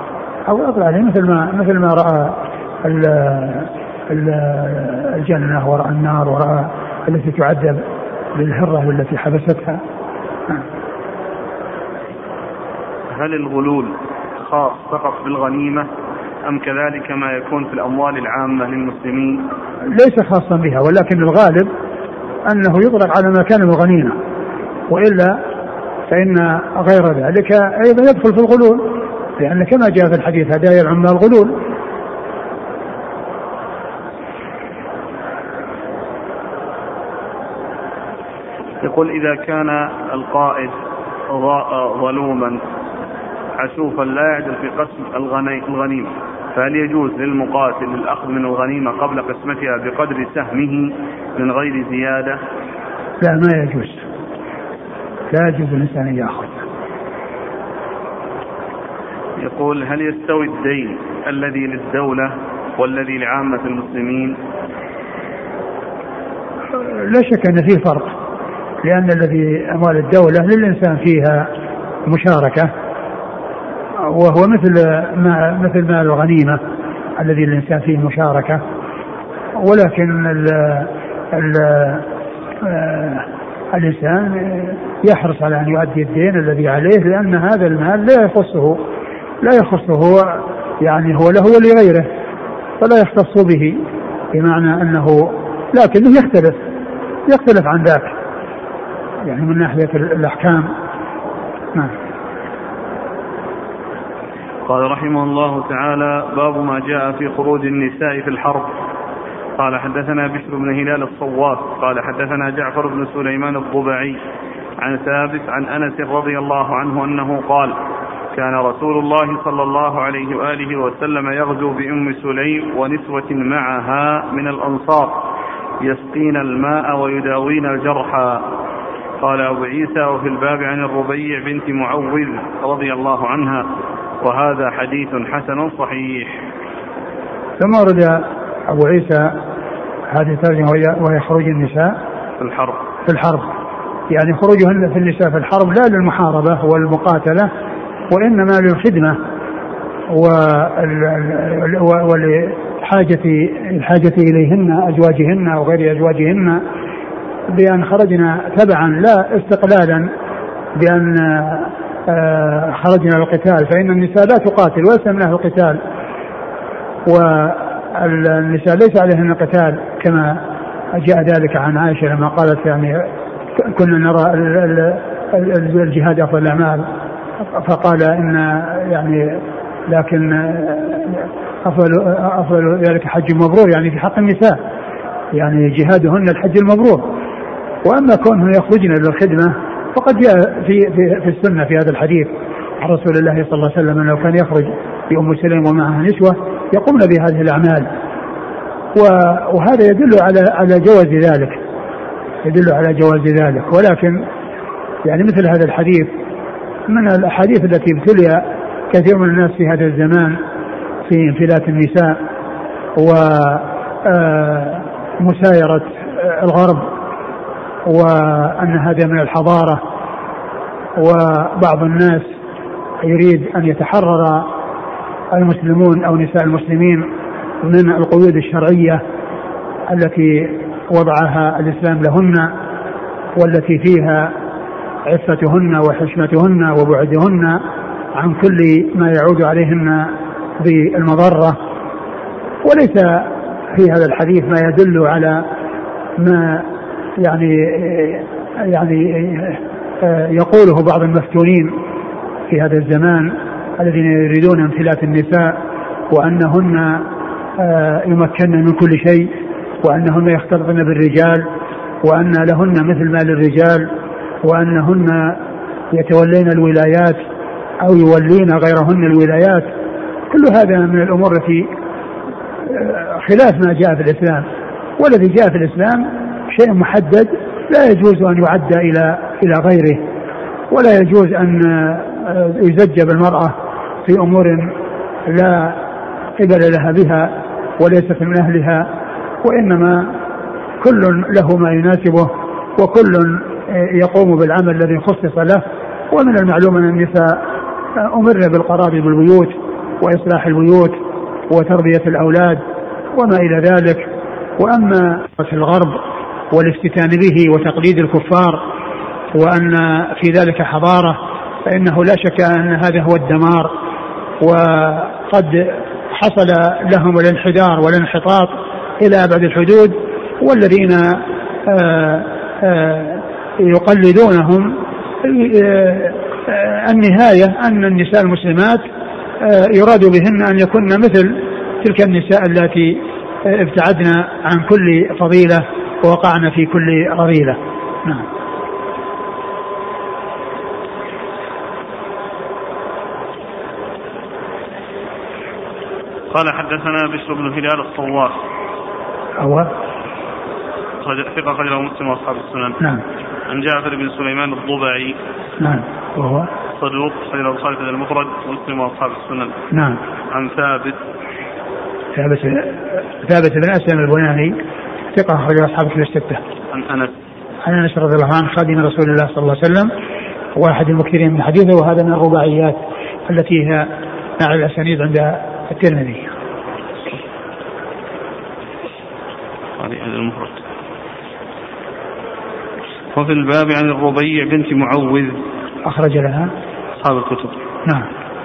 مثل ما رأى الجنة ورأى النار ورأى التي تعذب بالهرة والتي حبستها. هل الغلول خاص فقط بالغنيمة أم كذلك ما يكون في الأموال العامة للمسلمين؟ ليس خاصا بها، ولكن الغالب أنه يطلق على ما كان الغنيمة، وإلا فإن غير ذلك أيضا يدخل في الغلول، لأن كما جاء في الحديث هدايا العمال الغلول. يقول إذا كان القائد ظلوما عسوفا لا يعدل في قسم الغنيمة، فهل يجوز للمقاتل الأخذ من الغنيمة قبل قسمتها بقدر سهمه من غير زيادة؟ لا، ما يجوز، لا يجوز الإنسان أن يأخذ. يقول هل يستوي الدين الذي للدولة والذي لعامة المسلمين؟ لا شك أن فيه فرق، لأن الذي أموال الدولة للإنسان فيها مشاركة، وهو مثل ما الغنيمة الذي الإنسان فيه مشاركة، ولكن الإنسان يحرص على أن يؤدي الدين الذي عليه، لأن هذا المال لا يخصه يعني هو له ولغيره، فلا يختص به، بمعنى أنه لكنه يختلف عن ذاك يعني من ناحية الأحكام. نعم. قال رحمه الله تعالى: باب ما جاء في خروج النساء في الحرب. قال حدثنا بشر بن هلال الصواف قال حدثنا جعفر بن سليمان الضبعي عن ثابت عن أنس رضي الله عنه أنه قال: كان رسول الله صلى الله عليه وآله وسلم يغزو بأم سليم ونسوة معها من الأنصار يسقين الماء ويداوين الجرحى. قال أبو عيسى: وفي الباب عن الربيع بنت معوذ رضي الله عنها. وهذا حديث حسن صحيح. ثم ورد أبو عيسى هذه الترجمة وهي خروج النساء في الحرب يعني خروجهن في النساء في الحرب لا للمحاربة والمقاتلة وإنما للخدمة الحاجة إليهن أزواجهن أو غير أزواجهن بأن خرجنا تبعا لا استقلالا بأن خرجنا للقتال، فإن النساء لا تقاتل ويسلم لها القتال، والنساء ليس عليهن القتال كما جاء ذلك عن عائشة لما قالت يعني كنا نرى الجهاد أفضل الأعمال، فقال إن يعني لكن أفضل ذلك حج مبرور يعني في حق النساء يعني جهادهن الحج المبرور. وأما كونهن يخرجن للخدمة فقد جاء في السنة في هذا الحديث عن رسول الله صلى الله عليه وسلم أنه كان يخرج بأم سليم ومعها نسوة يقومن بهذه الأعمال، وهذا يدل على جواز ذلك، يدل على جواز ذلك. ولكن يعني مثل هذا الحديث من الأحاديث التي ابتلي كثير من الناس في هذا الزمان في انفلات النساء ومسايرة الغرب، وأن هذا من الحضارة، وبعض الناس يريد أن يتحرر المسلمون أو نساء المسلمين من القيود الشرعية التي وضعها الإسلام لهن والتي فيها عفتهن وحشمتهن وبعدهن عن كل ما يعود عليهن بالمضرة. وليس في هذا الحديث ما يدل على ما يعني يقوله بعض المفتونين في هذا الزمان الذين يريدون انفلات النساء وأنهن يمكنن من كل شيء وأنهن يختلطن بالرجال وأن لهن مثل ما للرجال وأنهن يتولين الولايات أو يولين غيرهن الولايات. كل هذا من الأمور التي خلاف ما جاء في الإسلام، والذي جاء في الإسلام شيء محدد لا يجوز أن يعد إلى غيره، ولا يجوز أن يزج بالمرأة في أمور لا قبل لها بها وليست من أهلها، وإنما كل له ما يناسبه وكل يقوم بالعمل الذي خصص له. ومن المعلوم أن النساء أمر بالقرار بالبيوت وإصلاح البيوت وتربية الأولاد وما إلى ذلك. وأما في الغرب والافتتان به وتقليد الكفار وأن في ذلك حضارة فإنه لا شك أن هذا هو الدمار، وقد حصل لهم الانحدار والانحطاط إلى أبعد الحدود، والذين يقلدونهم النهاية أن النساء المسلمات يراد بهن أن يكن مثل تلك النساء التي ابتعدنا عن كل فضيلة ووقعنا في كل رذيلة. نعم. قال حدثنا بشر بن هلال الصواف هو ثقة خرجه مسلم وأصحاب السنن. نعم. عن جعفر بن سليمان الضبعي. نعم. وهو صدوق خرجه البخاري في المفرد ومسلم وأصحاب السنن. نعم. عن ثابت بن أسلم البناني ثقة خرجه أصحاب الكتب الستة. عن أنس رضي الله عنه خادم رسول الله صلى الله عليه وسلم واحد المكثرين من حديثه، وهذا من الرباعيات التي هي على الأسانيد عند الترمذي. هذا المفرد. وفي الباب عن الربيع بنت معوذ أخرج لها أصحاب الكتب. نعم.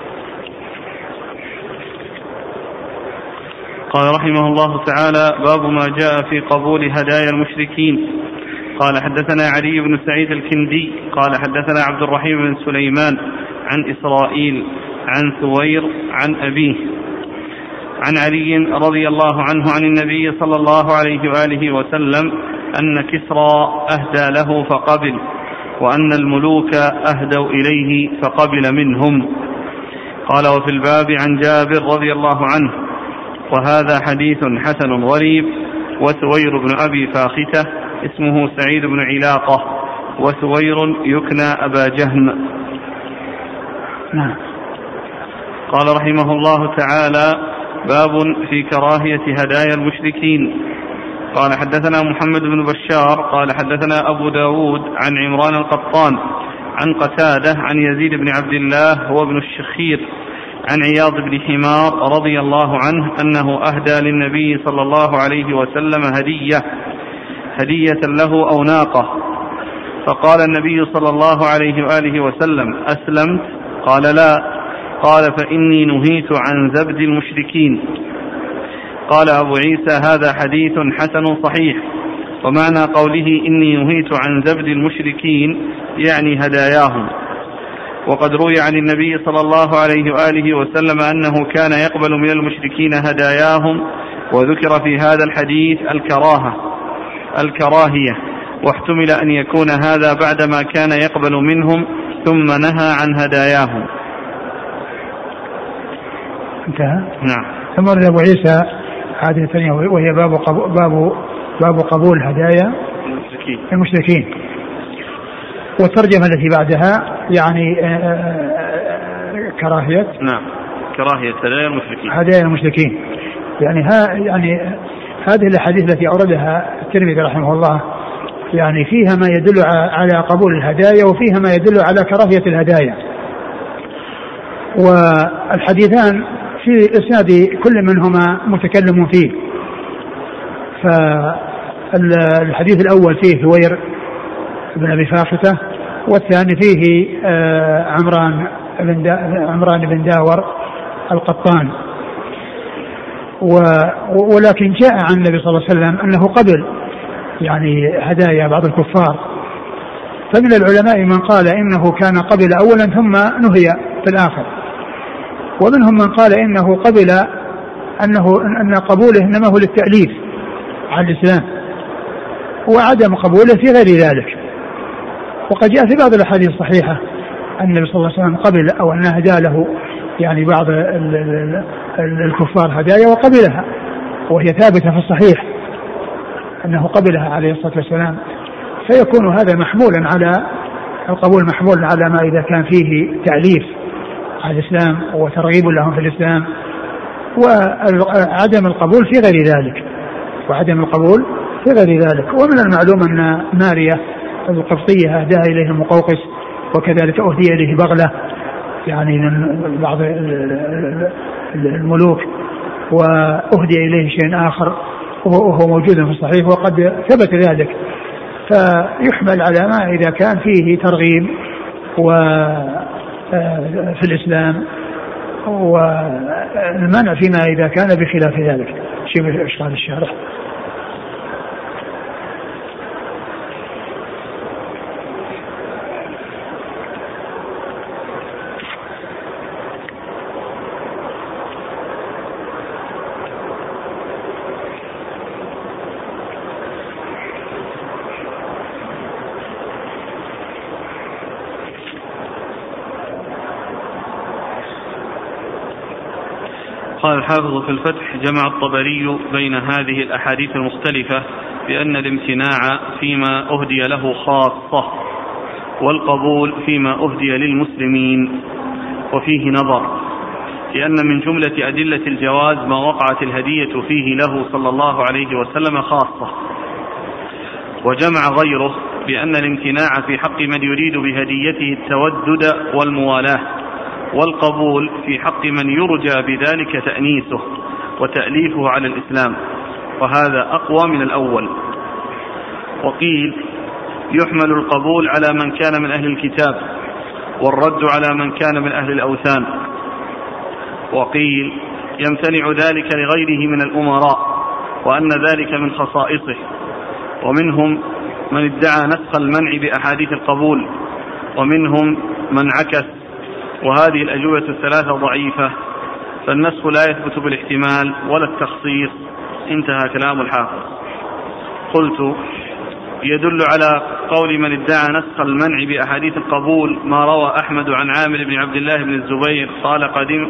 قال رحمه الله تعالى: باب ما جاء في قبول هدايا المشركين. قال حدثنا علي بن سعيد الكندي قال حدثنا عبد الرحيم بن سليمان عن إسرائيل عن ثوير عن أبيه عن علي رضي الله عنه عن النبي صلى الله عليه وآله وسلم أن كسرى أهدى له فقبل، وأن الملوك أهدوا إليه فقبل منهم. قال: وفي الباب عن جابر رضي الله عنه، وهذا حديث حسن غريب. وثوير بن أبي فاختة اسمه سعيد بن علاقة، وثوير يكنى أبا جهم. نعم. قال رحمه الله تعالى: باب في كراهية هدايا المشركين. قال: حدثنا محمد بن بشار قال: حدثنا أبو داود عن عمران القطان عن قتادة عن يزيد بن عبد الله هو ابن الشخير عن عياض بن حمار رضي الله عنه أنه أهدى للنبي صلى الله عليه وسلم هدية له أو ناقة، فقال النبي صلى الله عليه وآله وسلم: أسلمت؟ قال: لا. قال: فإني نهيت عن زبد المشركين. قال أبو عيسى: هذا حديث حسن صحيح. ومعنى قوله إني نهيت عن زبد المشركين يعني هداياهم. وقد روي عن النبي صلى الله عليه وآله وسلم أنه كان يقبل من المشركين هداياهم، وذكر في هذا الحديث الكراهية، واحتمل أن يكون هذا بعدما كان يقبل منهم ثم نهى عن هداياهم. انتهى. نعم. ثم ورد أبو عيسى هذه الثانية وهي باب قبول هدايا المشركين. والترجمة التي بعدها يعني كراهية. نعم، كراهية هدايا المشركين. يعني هذه الأحاديث التي أوردها الترمذي رحمه الله يعني فيها ما يدل على قبول الهدايا وفيها ما يدل على كراهية الهدايا. والحديثان في إسناد كل منهما متكلم فيه. فالحديث الأول فيه ثوير بن أبي فاختة، والثاني فيه عمران بن داور القطان. ولكن جاء عن النبي صلى الله عليه وسلم أنه قبل يعني هدايا بعض الكفار. فمن العلماء من قال إنه كان قبل أولا ثم نهي في الآخر، ومنهم من قال إنه قبل أن قبوله إنما هو للتأليف على الإسلام، وعدم قبوله في غير ذلك. وقد جاء في بعض الأحاديث الصحيحة أن النبي صلى الله عليه وسلم قبل أو أن هدى له يعني بعض الكفار هدايا وقبلها، وهي ثابتة في الصحيح أنه قبلها عليه الصلاة والسلام. فيكون هذا محمولا على القبول، محمولا على ما إذا كان فيه تعليف على الإسلام وترغيب لهم في الإسلام، وعدم القبول في غير ذلك. ومن المعلوم أن مارية القبطية أهداها إليه المقوقس، وكذلك أهدي إليه بغلة يعني من بعض الملوك، وأهدي إليه شيء آخر وهو موجود في الصحيح وقد ثبت ذلك. فيحمل على ما إذا كان فيه ترغيب في الإسلام، والمنع فيما إذا كان بخلاف ذلك. شوف إشكال الشارح. قال الحافظ في الفتح: جمع الطبري بين هذه الأحاديث المختلفة بأن الامتناع فيما أهدي له خاصة، والقبول فيما أهدي للمسلمين. وفيه نظر، لأن من جملة أدلة الجواز ما وقعت الهدية فيه له صلى الله عليه وسلم خاصة. وجمع غيره بأن الامتناع في حق من يريد بهديته التودد والموالاة، والقبول في حق من يرجى بذلك تأنيسه وتأليفه على الإسلام، وهذا أقوى من الأول. وقيل: يحمل القبول على من كان من أهل الكتاب، والرد على من كان من أهل الأوثان. وقيل: يمتنع ذلك لغيره من الأمراء، وأن ذلك من خصائصه. ومنهم من ادعى نسخ المنع بأحاديث القبول، ومنهم من عكس. وهذه الأجوبة الثلاثة ضعيفة، فالنسخ لا يثبت بالاحتمال ولا التخصيص. انتهى كلام الحافظ. قلت: يدل على قول من ادعى نسخ المنع بأحاديث القبول ما روى أحمد عن عامر بن عبد الله بن الزبير قال: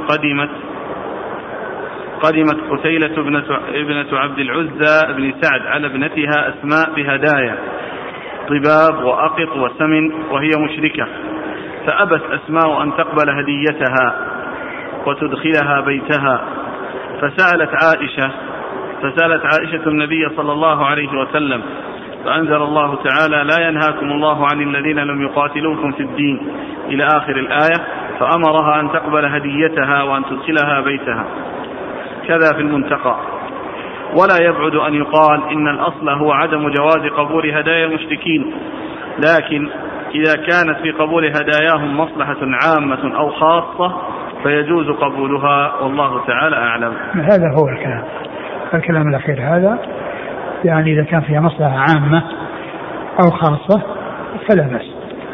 قدمت قتيلة ابنة عبد العزى بن سعد على ابنتها أسماء بهدايا طباب وأقط وسمن، وهي مشركة، فأبت أسماء أن تقبل هديتها، وتدخلها بيتها. فسألت عائشة النبي صلى الله عليه وسلم فأنزل الله تعالى: لا ينهاكم الله عن الذين لم يقاتلوكم في الدين إلى آخر الآية، فأمرها أن تقبل هديتها وأن تدخلها بيتها. كذا في المنتقى. ولا يبعد أن يقال إن الأصل هو عدم جواز قبول هدايا المشركين، لكن إذا كانت في قبول هداياهم مصلحة عامة أو خاصة فيجوز قبولها، والله تعالى أعلم. هذا هو الكلام الأخير هذا، يعني إذا كان فيها مصلحة عامة أو خاصة فلا بأس.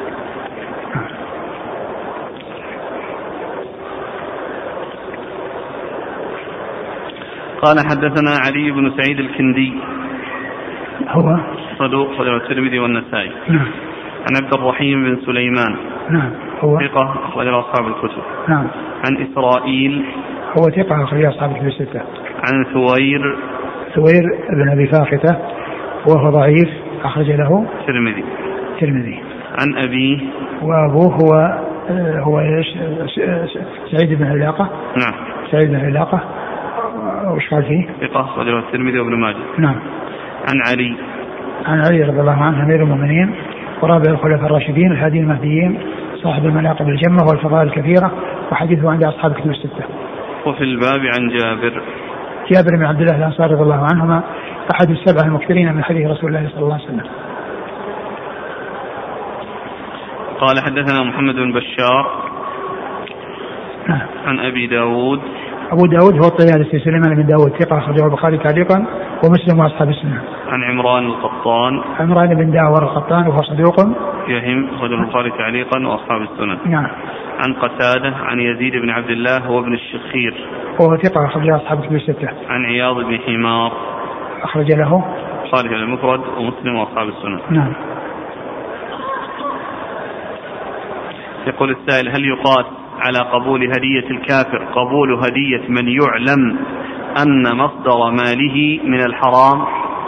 قال: حدثنا علي بن سعيد الكندي، هو صدوق أخرجه الترمذي والنسائي. نعم. عن عبد الرحيم بن سليمان، نعم، هو ثقة أخرجه أصحاب الكتب. نعم. عن إسرائيل، هو ثقة أخرجه أصحاب الكتب الستة. عن ثوير بن أبي فاختة وهو ضعيف، أخرج له الترمذي. عن أبيه، وأبوه هو إيش؟ سعيد بن علاقة. نعم. سعيد بن علاقة، وش قال فيه؟ ثقة أخرجه الترمذي وابن ماجه. نعم. عن علي رضي الله عنه أمير المؤمنين ورابع الخلفاء الراشدين الهادي المهديين صاحب المناقب الجمة والفضائل الكثيرة، وحديثه عند أصحاب الكتب الستة. وفي الباب عن جابر بن عبد الله الأنصاري رضي الله عنهما أحد السبعة المكثرين من حديث رسول الله صلى الله عليه وسلم. قال: حدثنا محمد بن بشار. نعم. عن أبي داود هو الطيالسي سليمان بن داود، ثقة أخرجه البخاري تعليقا ومسلم وأصحاب السنة. عن عمران بن داور القطان وهو صدوق يهم، أخرجه البخاري تعليقا وأصحاب السنة. نعم. عن قتادة عن يزيد بن عبد الله وابن الشخير وهو ثقة أخرجه أصحاب الكتب الستة. عن عياض بن حمار أخرج له البخاري المفرد ومسلم وأصحاب السنة. نعم. يقول السائل: هل يقاس على قبول هدية الكافر قبول هدية من يعلم أن مصدر ماله من الحرام؟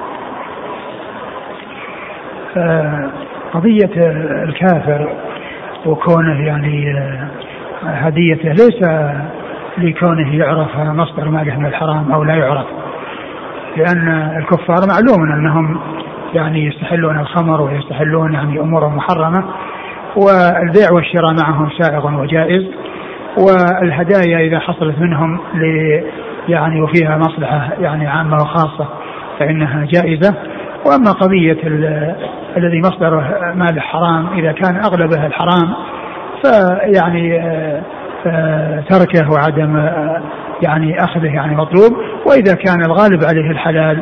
قضية الكافر وكونه يعني هديته ليس لكونه يعرف مصدر ماله من الحرام أو لا يعرف، لأن الكفار معلوم أنهم يعني يستحلون الخمر ويستحلون يعني أمور محرمة، والبيع والشراء معهم سائغ وجائز، والهدايا إذا حصلت منهم يعني وفيها مصلحة يعني عامة وخاصة فإنها جائزة. وأما قضية الذي مصدر مال حرام إذا كان أغلبها الحرام فيعني تركه وعدم يعني أخذه يعني مطلوب، وإذا كان الغالب عليه الحلال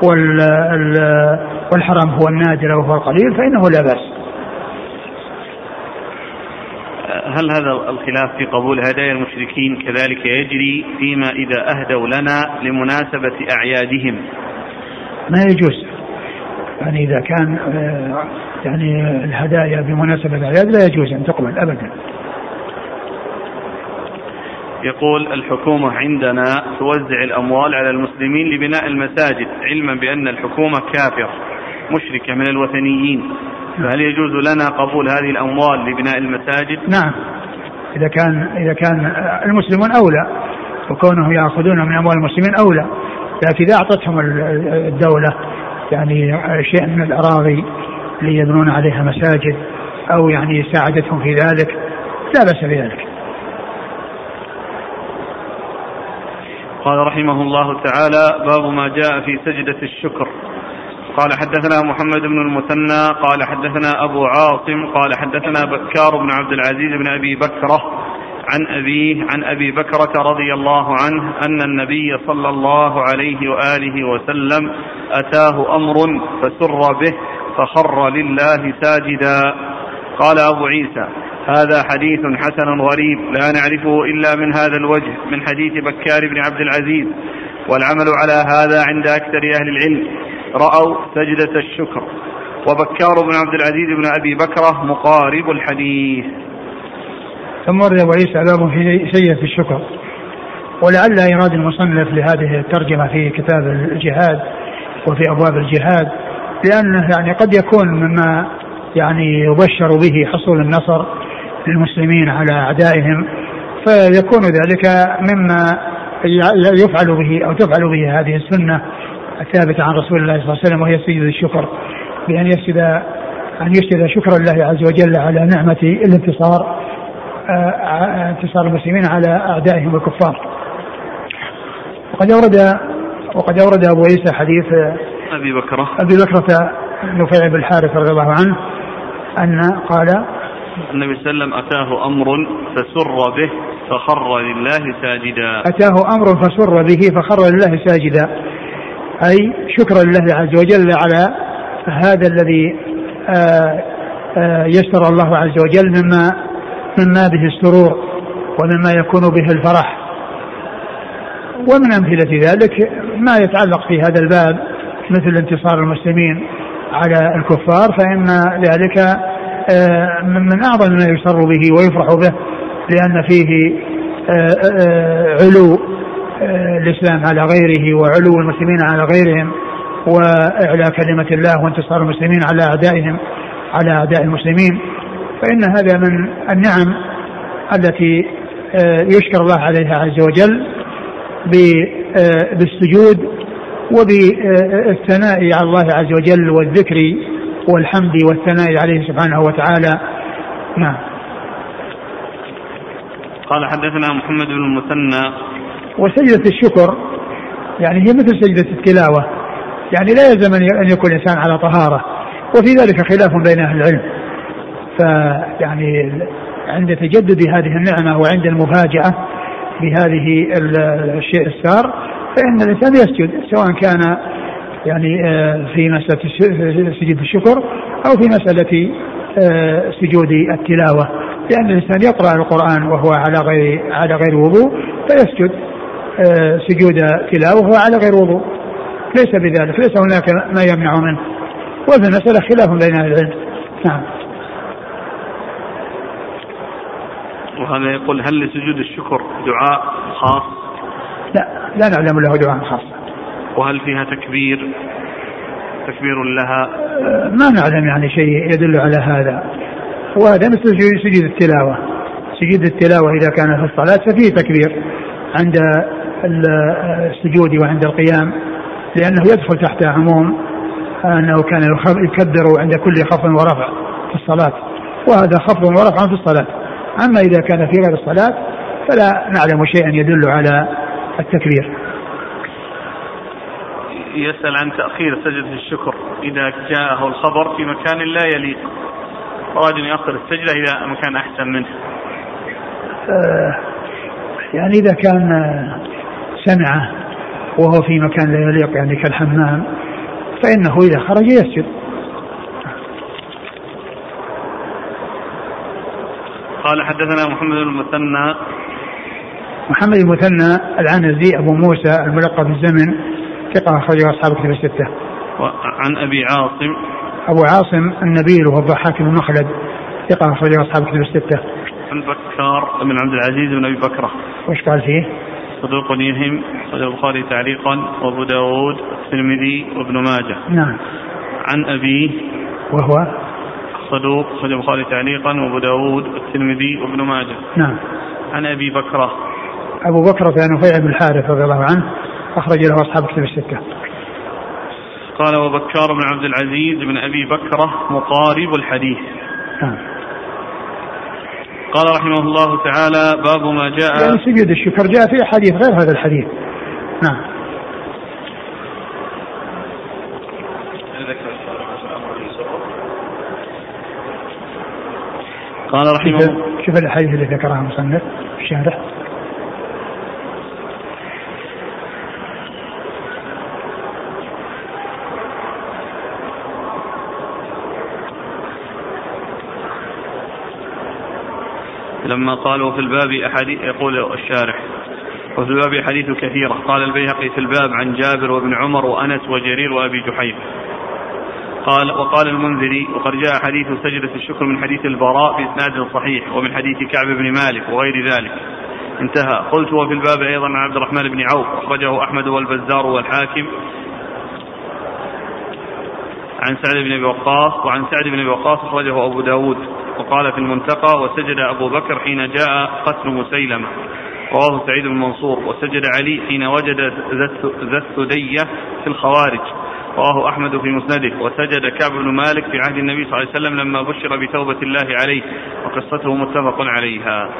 والحرام هو النادر وهو القليل فإنه لا بأس. هل هذا الخلاف في قبول هدايا المشركين كذلك يجري فيما إذا أهدوا لنا لمناسبة أعيادهم؟ ما يجوز، يعني إذا كان يعني الهدايا بمناسبة الأعياد لا يجوز أن تقبل أبدا. يقول: الحكومة عندنا توزع الأموال على المسلمين لبناء المساجد علما بأن الحكومة كافرة مشركة من الوثنيين، فهل يجوز لنا قبول هذه الأموال لبناء المساجد؟ نعم، إذا كان المسلمون أولى، وكونهم يأخذون من أموال المسلمين أولى، لكن إذا أعطتهم الدولة يعني شيء من الأراضي ليبنون عليها مساجد أو يعني ساعدتهم في ذلك لا بأس بذلك. قال رحمه الله تعالى: باب ما جاء في سجدة الشكر. قال: حدثنا محمد بن المثنى قال حدثنا أبو عاصم قال حدثنا بكار بن عبد العزيز بن أبي بكرة عن أبيه عن أبي بكرة رضي الله عنه أن النبي صلى الله عليه وآله وسلم أتاه أمر فسر به فخر لله ساجدا. قال أبو عيسى: هذا حديث حسن غريب لا نعرفه إلا من هذا الوجه من حديث بكار بن عبد العزيز، والعمل على هذا عند أكثر أهل العلم رأوا سجدة الشكر، وبكار بن عبد العزيز بن أبي بكرة مقارب الحديث. ثم ورد أبو عيسى باب في سجدة الشكر، ولعل إراد المصنف لهذه الترجمة في كتاب الجهاد وفي أبواب الجهاد، لأنه يعني قد يكون مما يعني يبشر به حصول النصر للمسلمين على أعدائهم، فيكون ذلك مما يفعل به أو تفعل به هذه السنة الثابتة عن رسول الله صلى الله عليه وسلم، وهي سجود الشكر، بأن يسجد شكر الله عز وجل على نعمة الانتصار، انتصار المسلمين على أعدائهم الكفار. وقد أورد أبو عيسى حديث أبي بكرة نفيع بن الحارث رضي الله عنه أن قال النبي صلى الله عليه وسلم أتاه أمر فسر به فخر لله ساجدا. أتاه أمر فسر به فخر لله ساجدا، أي شكر لله عز وجل على هذا الذي يسر الله عز وجل مما به السرور ومما يكون به الفرح. ومن أمثلة ذلك ما يتعلق في هذا الباب مثل انتصار المسلمين على الكفار، فإن ذلك من أعظم ما يسر به ويفرح به، لأن فيه علو الإسلام على غيره وعلو المسلمين على غيرهم وإعلاء كلمة الله وانتصار المسلمين على أعدائهم على أعداء المسلمين. فإن هذا من النعم التي يشكر الله عليها عز وجل بالسجود وبالثناء على الله عز وجل والذكر والحمد والثناء عليه سبحانه وتعالى. نعم. قال حدثنا محمد بن المثنى. وسجدة الشكر يعني هي مثل سجدة التلاوة، يعني لا يلزم أن يكون الإنسان على طهارة، وفي ذلك خلاف بين أهل العلم. فيعني عند تجدد هذه النعمة وعند المفاجأة بهذه الشيء السار فإن الإنسان يسجد، سواء كان يعني في مسألة سجود الشكر أو في مسألة سجود التلاوة، لأن الإنسان يقرأ القرآن وهو على غير وضوء فيسجد سجود تلاوة وهو على غير وضوء، ليس بذلك، ليس هناك ما يمنع منه. وفي المسألة خلاف بين أهل العلم. نعم. وهذا يقول هل لسجود الشكر دعاء خاص؟ لا نعلم له دعاء خاص. وهل فيها تكبير لها؟ ما نعلم يعني شيء يدل على هذا. وهذا مثل سجود التلاوة. سجود التلاوة إذا كان في الصلاة ففيه تكبير عند السجود وعند القيام، لأنه يدخل تحت عموم أنه كان يكبر عند كل خفض ورفع في الصلاة، وهذا خفض ورفع في الصلاة. أما إذا كان في غير الصلاة فلا نعلم شيئا يدل على التكبير. يسأل عن تأخير سجدة الشكر إذا جاءه الخبر في مكان لا يليق، أراد أن يأخر السجدة إلى مكان أحسن منه. يعني إذا كان سمعه وهو في مكان لا يليق يعني كالحمام فإنه إذا خرج يسجد. قال حدثنا محمد المثنى. محمد المثنى العنزي أبو موسى الملقب بالزمن، ثقة أخرجه أصحاب الكتب الستة. عن أبي عاصم. أبو عاصم النبيل وهو الضحاك بن مخلد، ثقة أخرجه أصحاب الكتب الستة. عن بكار بن عبد العزيز بن أبي بكرة. وش قال فيه؟ صدوق يهم، أخرجه البخاري تعليقا وأبو داود الترمذي وابن ماجه. نعم. عن أبيه وهو صدوق، أخرجه البخاري تعليقا وأبو داود الترمذي وابن ماجه. نعم. عن أبي بكرة. أبو بكرة نفيع بن الحارث رضي الله عنه، أخرج له أصحاب الكتب الستة. قال وبكار بن عبد العزيز بن أبي بكرة مقارب الحديث. قال رحمه الله تعالى باب ما جاء يعني سجود الشكر جاء في حديث غير هذا الحديث. نعم. قال رحمه الله شوف الحديث الذي ذكرها المصنف في الشارح. لما قالوا في الباب أحاديث، يقول الشارح وفي الباب أحاديث كثيرة. قال البيهقي في الباب عن جابر وابن عمر وأنس وجرير وأبي جحيم. وقال المنذري وقد جاء حديث سجدة الشكر من حديث البراء بإسناد صحيح ومن حديث كعب بن مالك وغير ذلك انتهى. قلت وفي الباب أيضا عن عبد الرحمن بن عوف أخرجه أحمد والبزار والحاكم عن سعد بن أبي وقاص، وعن سعد بن أبي وقاص أخرجه أبو داود وقال في المنتقى: وسجد أبو بكر حين جاء قتل مسيلمة. رواه سعيد بن منصور. وسجد علي حين وجد ذا الثدية في الخوارج. رواه أحمد في مسنده. وسجد كعب بن مالك في عهد النبي صلى الله عليه وسلم لما بشر بتوبة الله عليه، وقصته متفق عليها.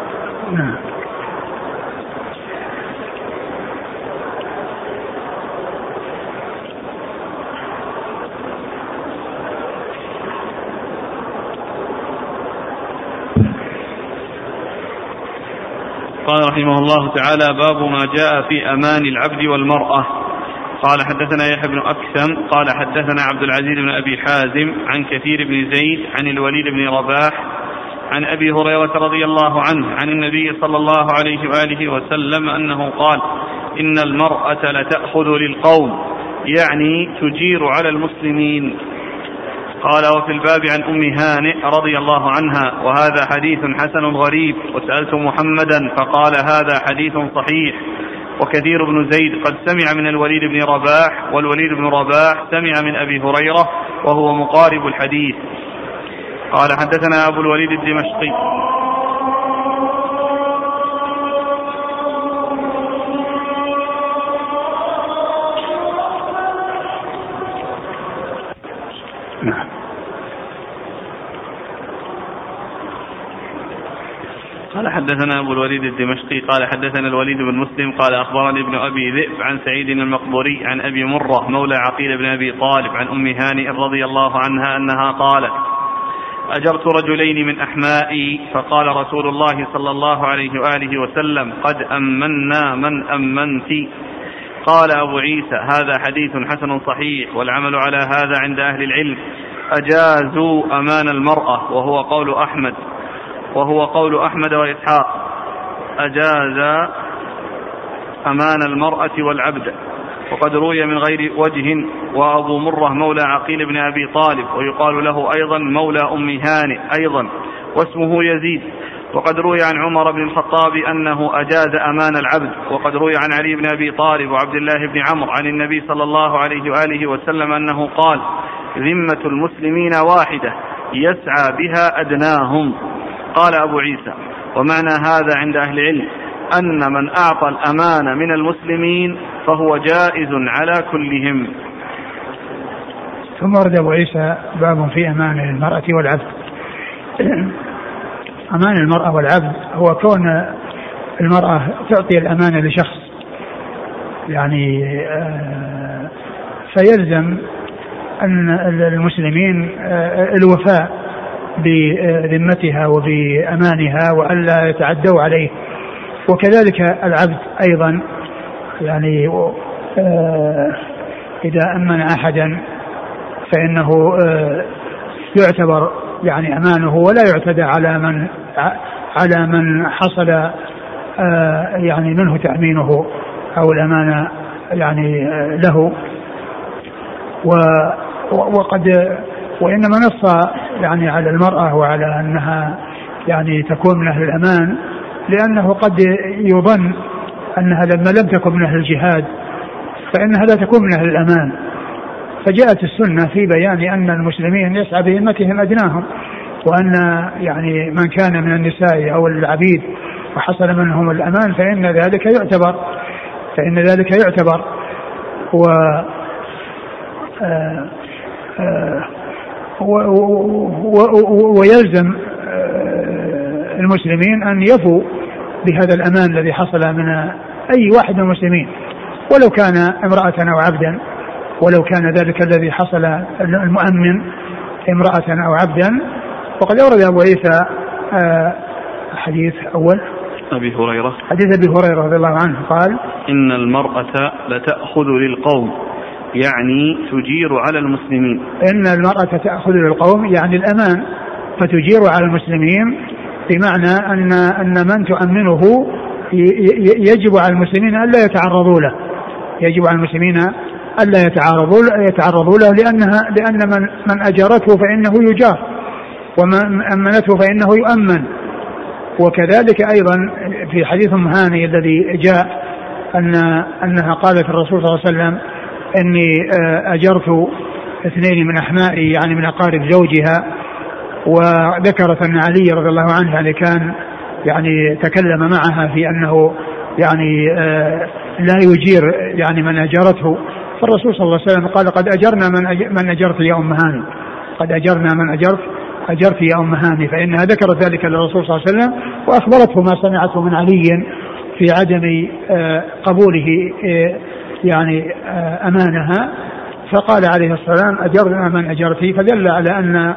قال رحمه الله تعالى: باب ما جاء في أمان العبد والمرأة. قال حدثنا يحيى بن أكثم قال حدثنا عبد العزيز بن أبي حازم عن كثير بن زيد عن الوليد بن رباح عن أبي هريرة رضي الله عنه عن النبي صلى الله عليه وآله وسلم أنه قال: إن المرأة لتأخذ للقوم، يعني تجير على المسلمين. قال: وفي الباب عن أم هانئ رضي الله عنها، وهذا حديث حسن غريب. وسألت محمدا فقال: هذا حديث صحيح. وكثير بن زيد قد سمع من الوليد بن رباح، والوليد بن رباح سمع من أبي هريرة، وهو مقارب الحديث. قال حدثنا أبو الوليد الدمشقي قال حدثنا أبو الوليد الدمشقي قال حدثنا الوليد بن مسلم قال أخبرني ابن أبي ذئب عن سعيد المقبوري عن أبي مرة مولى عقيل بن أبي طالب عن أم هانئ رضي الله عنها أنها قالت: أجرت رجلين من أحمائي، فقال رسول الله صلى الله عليه وآله وسلم: قد أمنا من أمنت. قال أبو عيسى: هذا حديث حسن صحيح، والعمل على هذا عند أهل العلم. أجازوا أمان المرأة، وهو قول أحمد وإسحاق. أجاز أمان المرأة والعبد، وقد روي من غير وجه. وأبو مرة مولى عقيل بن أبي طالب، ويقال له أيضا مولى أم هانئ أيضا، واسمه يزيد. وقد روي عن عمر بن الخطاب أنه أجاز أمان العبد. وقد روي عن علي بن أبي طالب وعبد الله بن عمرو عن النبي صلى الله عليه وآله وسلم أنه قال: ذمة المسلمين واحدة يسعى بها أدناهم. قال أبو عيسى: ومعنى هذا عند أهل العلم أن من أعطى الأمان من المسلمين فهو جائز على كلهم. ثم ورد أبو عيسى باب في أمان المرأة والعبد. أمان المرأة والعبد هو كون المرأة تعطي الأمانة لشخص، يعني فيلزم أن المسلمين الوفاء بذمتها وبأمانها وألا يتعدوا عليه. وكذلك العبد أيضا، يعني إذا أمن أحدا فإنه يعتبر يعني أمانه، ولا يعتدى على من حصل يعني منه تأمينه أو الأمانة يعني له. وإنما نص يعني على المرأة وعلى أنها يعني تكون من أهل الأمان، لأنه قد يظن أنها لما لم تكن من أهل الجهاد فإنها لا تكون من أهل الأمان. فجاءت السنة في بيان أن المسلمين يسعى بذمتهم أدناهم، وأن يعني من كان من النساء أو العبيد وحصل منهم الأمان فإن ذلك يعتبر ويلزم المسلمين أن يفوا بهذا الأمان الذي حصل من أي واحد من المسلمين، ولو كان امرأة أو عبدا، ولو كان ذلك الذي حصل المؤمن امرأة أو عبدا. وقد أورد أبو عيسى حديث أول حديث أبي هريرة رضي الله عنه قال: إن المرأة لتأخذ للقوم، يعني تجير على المسلمين. إن المرأة تأخذ للقوم يعني الأمان، فتجير على المسلمين، بمعنى أن من تؤمنه يجب على المسلمين ألا يتعرضوا له، يجب على المسلمين ألا يتعرضوا له، لأن من أجارته فإنه يجار، ومن أمنته فإنه يؤمن. وكذلك أيضا في حديث أم هانئ الذي جاء أنها قالت الرسول صلى الله عليه وسلم: إني أجرت 2 من أحمائي، يعني من أقارب زوجها، وذكرت أن علي رضي الله عنه يعني كان يعني تكلم معها في أنه يعني لا يجير يعني من أجرته. فالرسول صلى الله عليه وسلم قال قد أجرنا من أجرت يا أم هاني، قد أجرنا من أجرت يا أم هاني، فإنها ذكرت ذلك للرسول صلى الله عليه وسلم وأخبرته ما سمعته من علي في عدم قبوله يعني أمانها. فقال عليه السلام أجرنا من أجرته، فدل على أن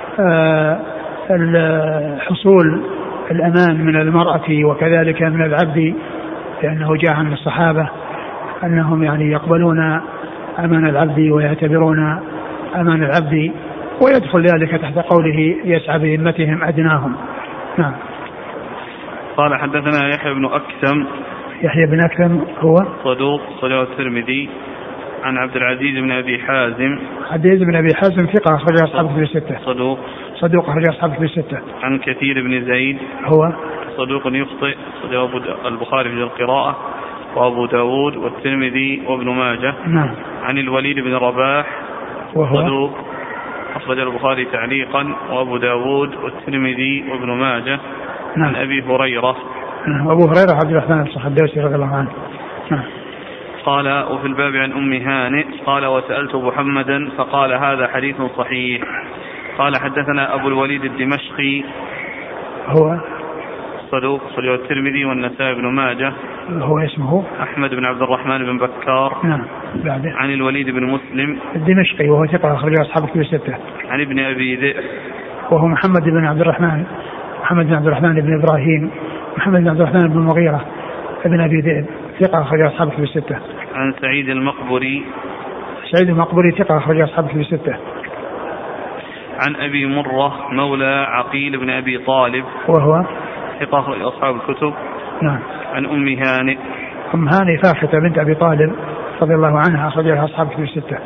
حصول الأمان من المرأة وكذلك من العبد، لأنه جاء عن الصحابة أنهم يعني يقبلون أمان العبد ويعتبرون أمان العبد، ويدخل ذلك تحت قوله يسعى بذمتهم أدناهم. نعم. قال حدثنا يحيى بن أكثم هو صدوق صدوق الترمذي عن عبد العزيز بن أبي حازم. عبد بن أبي حازم ثقة أخرج أصحابه في الستة. صدوق أخرج أصحابه في الستة. عن كثير بن زيد هو صدوق يخطئ صدوق البخاري في القراءة وأبو داود والترمذي وابن ماجه. نعم. عن الوليد بن رباح وهو صدوق أخرج البخاري تعليقا وأبو داود والترمذي وابن ماجه. نعم. عن أبي هريرة. أبو هريرة عبد الرحمن الصحابي رضي الله عنه. نعم. قال وفي الباب عن أم هانئ قال وسألت محمدا فقال هذا حديث صحيح. قال حدثنا أبو الوليد الدمشقي هو صدوق صدوق الترمذي والنسائي بن ماجه. هو اسمه أحمد بن عبد الرحمن بن بكار. نعم. عن الوليد بن مسلم الدمشقي وهو ثقة أخرج أصحابه في الستة. عن ابن أبي ذئب وهو محمد بن عبد الرحمن بن إبراهيم محمد بن عبد الرحمن بن المغيرة ابن أبي ذئب ثقة أخرج أصحابه في الستة. عن سعيد المقبري ثقة أخرج أصحابه في الستة. عن أبي مرة مولى عقيل بن أبي طالب وهو ثقة أخرج أصحاب الكتب. نعم. عن أم هانئ فاختة بنت أبي طالب رضي الله عنها أخرجها أصحابه في الستة.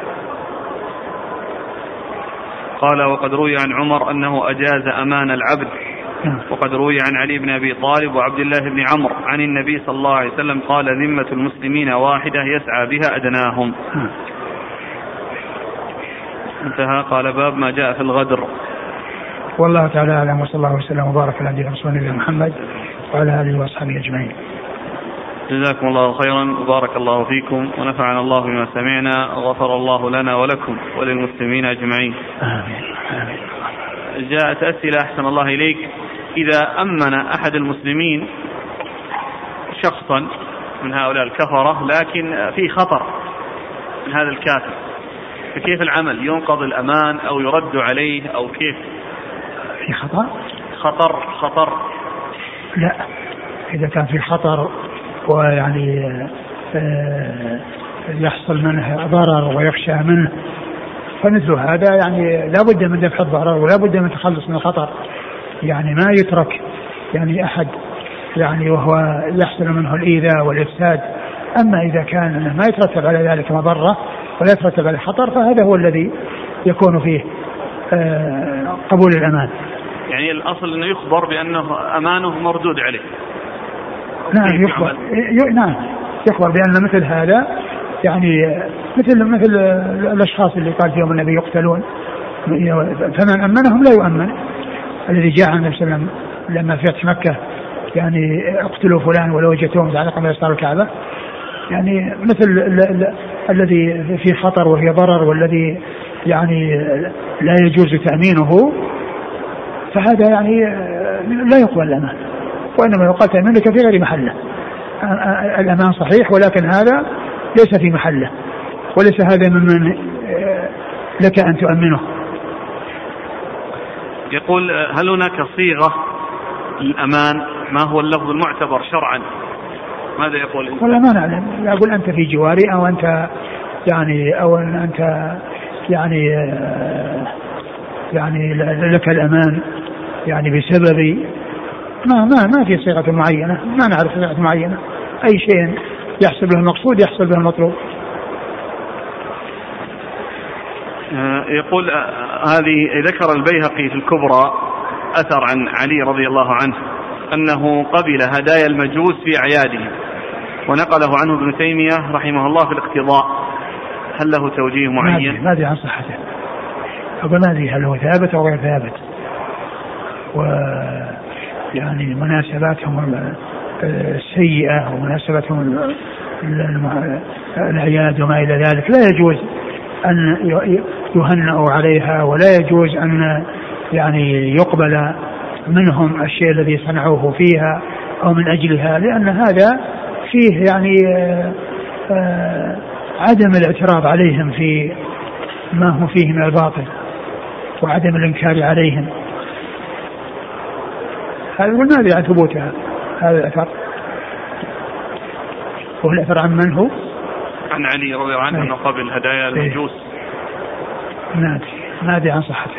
قال وقد روي عن عمر أنه أجاز أمان العبد. وقد روي عن علي بن أبي طالب وعبد الله بن عمرو عن النبي صلى الله عليه وسلم قال ذمة المسلمين واحدة يسعى بها أدناهم. انتهى. قال باب ما جاء في الغدر. والله تعالى أعلم، وصلى الله وسلم وبارك على نبينا محمد وعلى آله وأصحابه أجمعين. جزاكم الله خيرا وبارك الله فيكم ونفعنا الله بما سمعنا وغفر الله لنا ولكم وللمسلمين أجمعين. آمين. جاءت أسئلة أحسن الله إليك. إذا أمن أحد المسلمين شخصا من هؤلاء الكفرة لكن في خطر من هذا الكافر، فكيف العمل؟ ينقض الأمان أو يرد عليه أو كيف؟ في خطر لا، إذا كان في خطر ويعني يحصل منه ضرر ويخشى منه فمثل هذا يعني لا بد من دفع الضرر ولا بد من التخلص من الخطر، يعني ما يترك يعني أحد يعني وهو يحصل منه الإيذاء والإفساد. أما إذا كان ما يترتب على ذلك مضرة ولا يترتب على خطر فهذا هو الذي يكون فيه قبول الأمان. يعني الأصل أنه يخبر بأنه أمانه مردود عليه. نعم يخبر بأن مثل هذا يعني مثل الأشخاص اللي قال فيهم النبي يقتلون، فمن أمنهم لا يؤمن. الذي جاء عن النبي صلى الله عليه وسلم لما في فتح مكة يعني اقتلوا فلان ولو وجدتهم تعلق من يسار الكعبة، يعني مثل الذي في خطر وفي ضرر والذي يعني لا يجوز تأمينه، فهذا يعني لا يقبل الأمان، وإنما يقال تأمينك في غير محله. الأمان صحيح ولكن هذا ليس في محله، وليس هذا ممن لك أن تؤمنه. يقول هل هناك صيغة للأمان؟ ما هو اللفظ المعتبر شرعا؟ ماذا يقول؟ والله ما نعلم. يقول أنت في جواري أو أنت يعني لك الأمان يعني بسبب ما في صيغة معينة، ما نعرف صيغة معينة. أي شيء يحصل به المقصود يحصل به المطلوب. يقول هذه ذكر البيهقي في الكبرى أثر عن علي رضي الله عنه أنه قبل هدايا المجوس في أعياده، ونقله عنه ابن تيمية رحمه الله في الاقتضاء. هل له توجيه معين؟ ما أدري عن صحته، أقول ما أدري هل هو ثابت أو غير ثابت. ويعني مناسباتهم السيئة ومناسباتهم الأعياد وما إلى ذلك لا يجوز أن يهنئوا عليها، ولا يجوز أن يعني يقبل منهم الشيء الذي صنعوه فيها أو من أجلها، لأن هذا فيه يعني عدم الاعتراض عليهم في ما هم فيه من الباطل وعدم الإنكار عليهم. هذا والنادي عن ثبوتها هذا الأثر. والأثر عن من هو؟ عن علي رضي الله عنه أنه قبل هدايا المجوس. نادي عن صحته.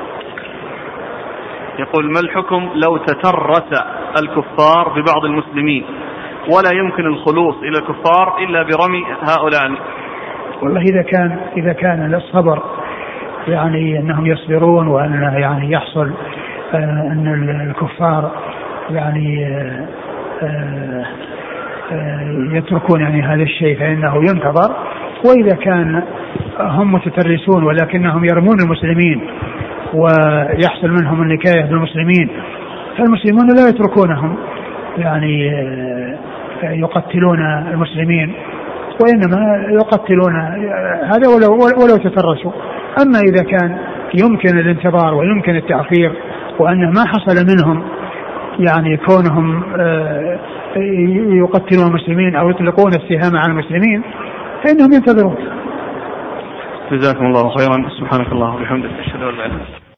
يقول: ما الحكم لو تترس الكفار ببعض المسلمين ولا يمكن الخلوص إلى الكفار إلا برمي هؤلاء؟ والله إذا كان الصبر يعني أنهم يصبرون، وأن يعني يحصل أن الكفار يعني يتركون يعني هذا الشيء فإنه ينتظر. وإذا كان هم متترسون ولكنهم يرمون المسلمين ويحصل منهم النكاية بالمسلمين، فالمسلمون لا يتركونهم يعني يقتلون المسلمين، وإنما يقتلون هذا ولو تترسوا. أما إذا كان يمكن الانتظار ويمكن التأخير، وأن ما حصل منهم يعني كونهم يقتلون المسلمين أو يطلقون السهام على المسلمين، فإنهم ينتظرون. جزاكم الله خيرا. سبحانك اللهم وبحمدك، أشهد أن لا إله إلا أنت.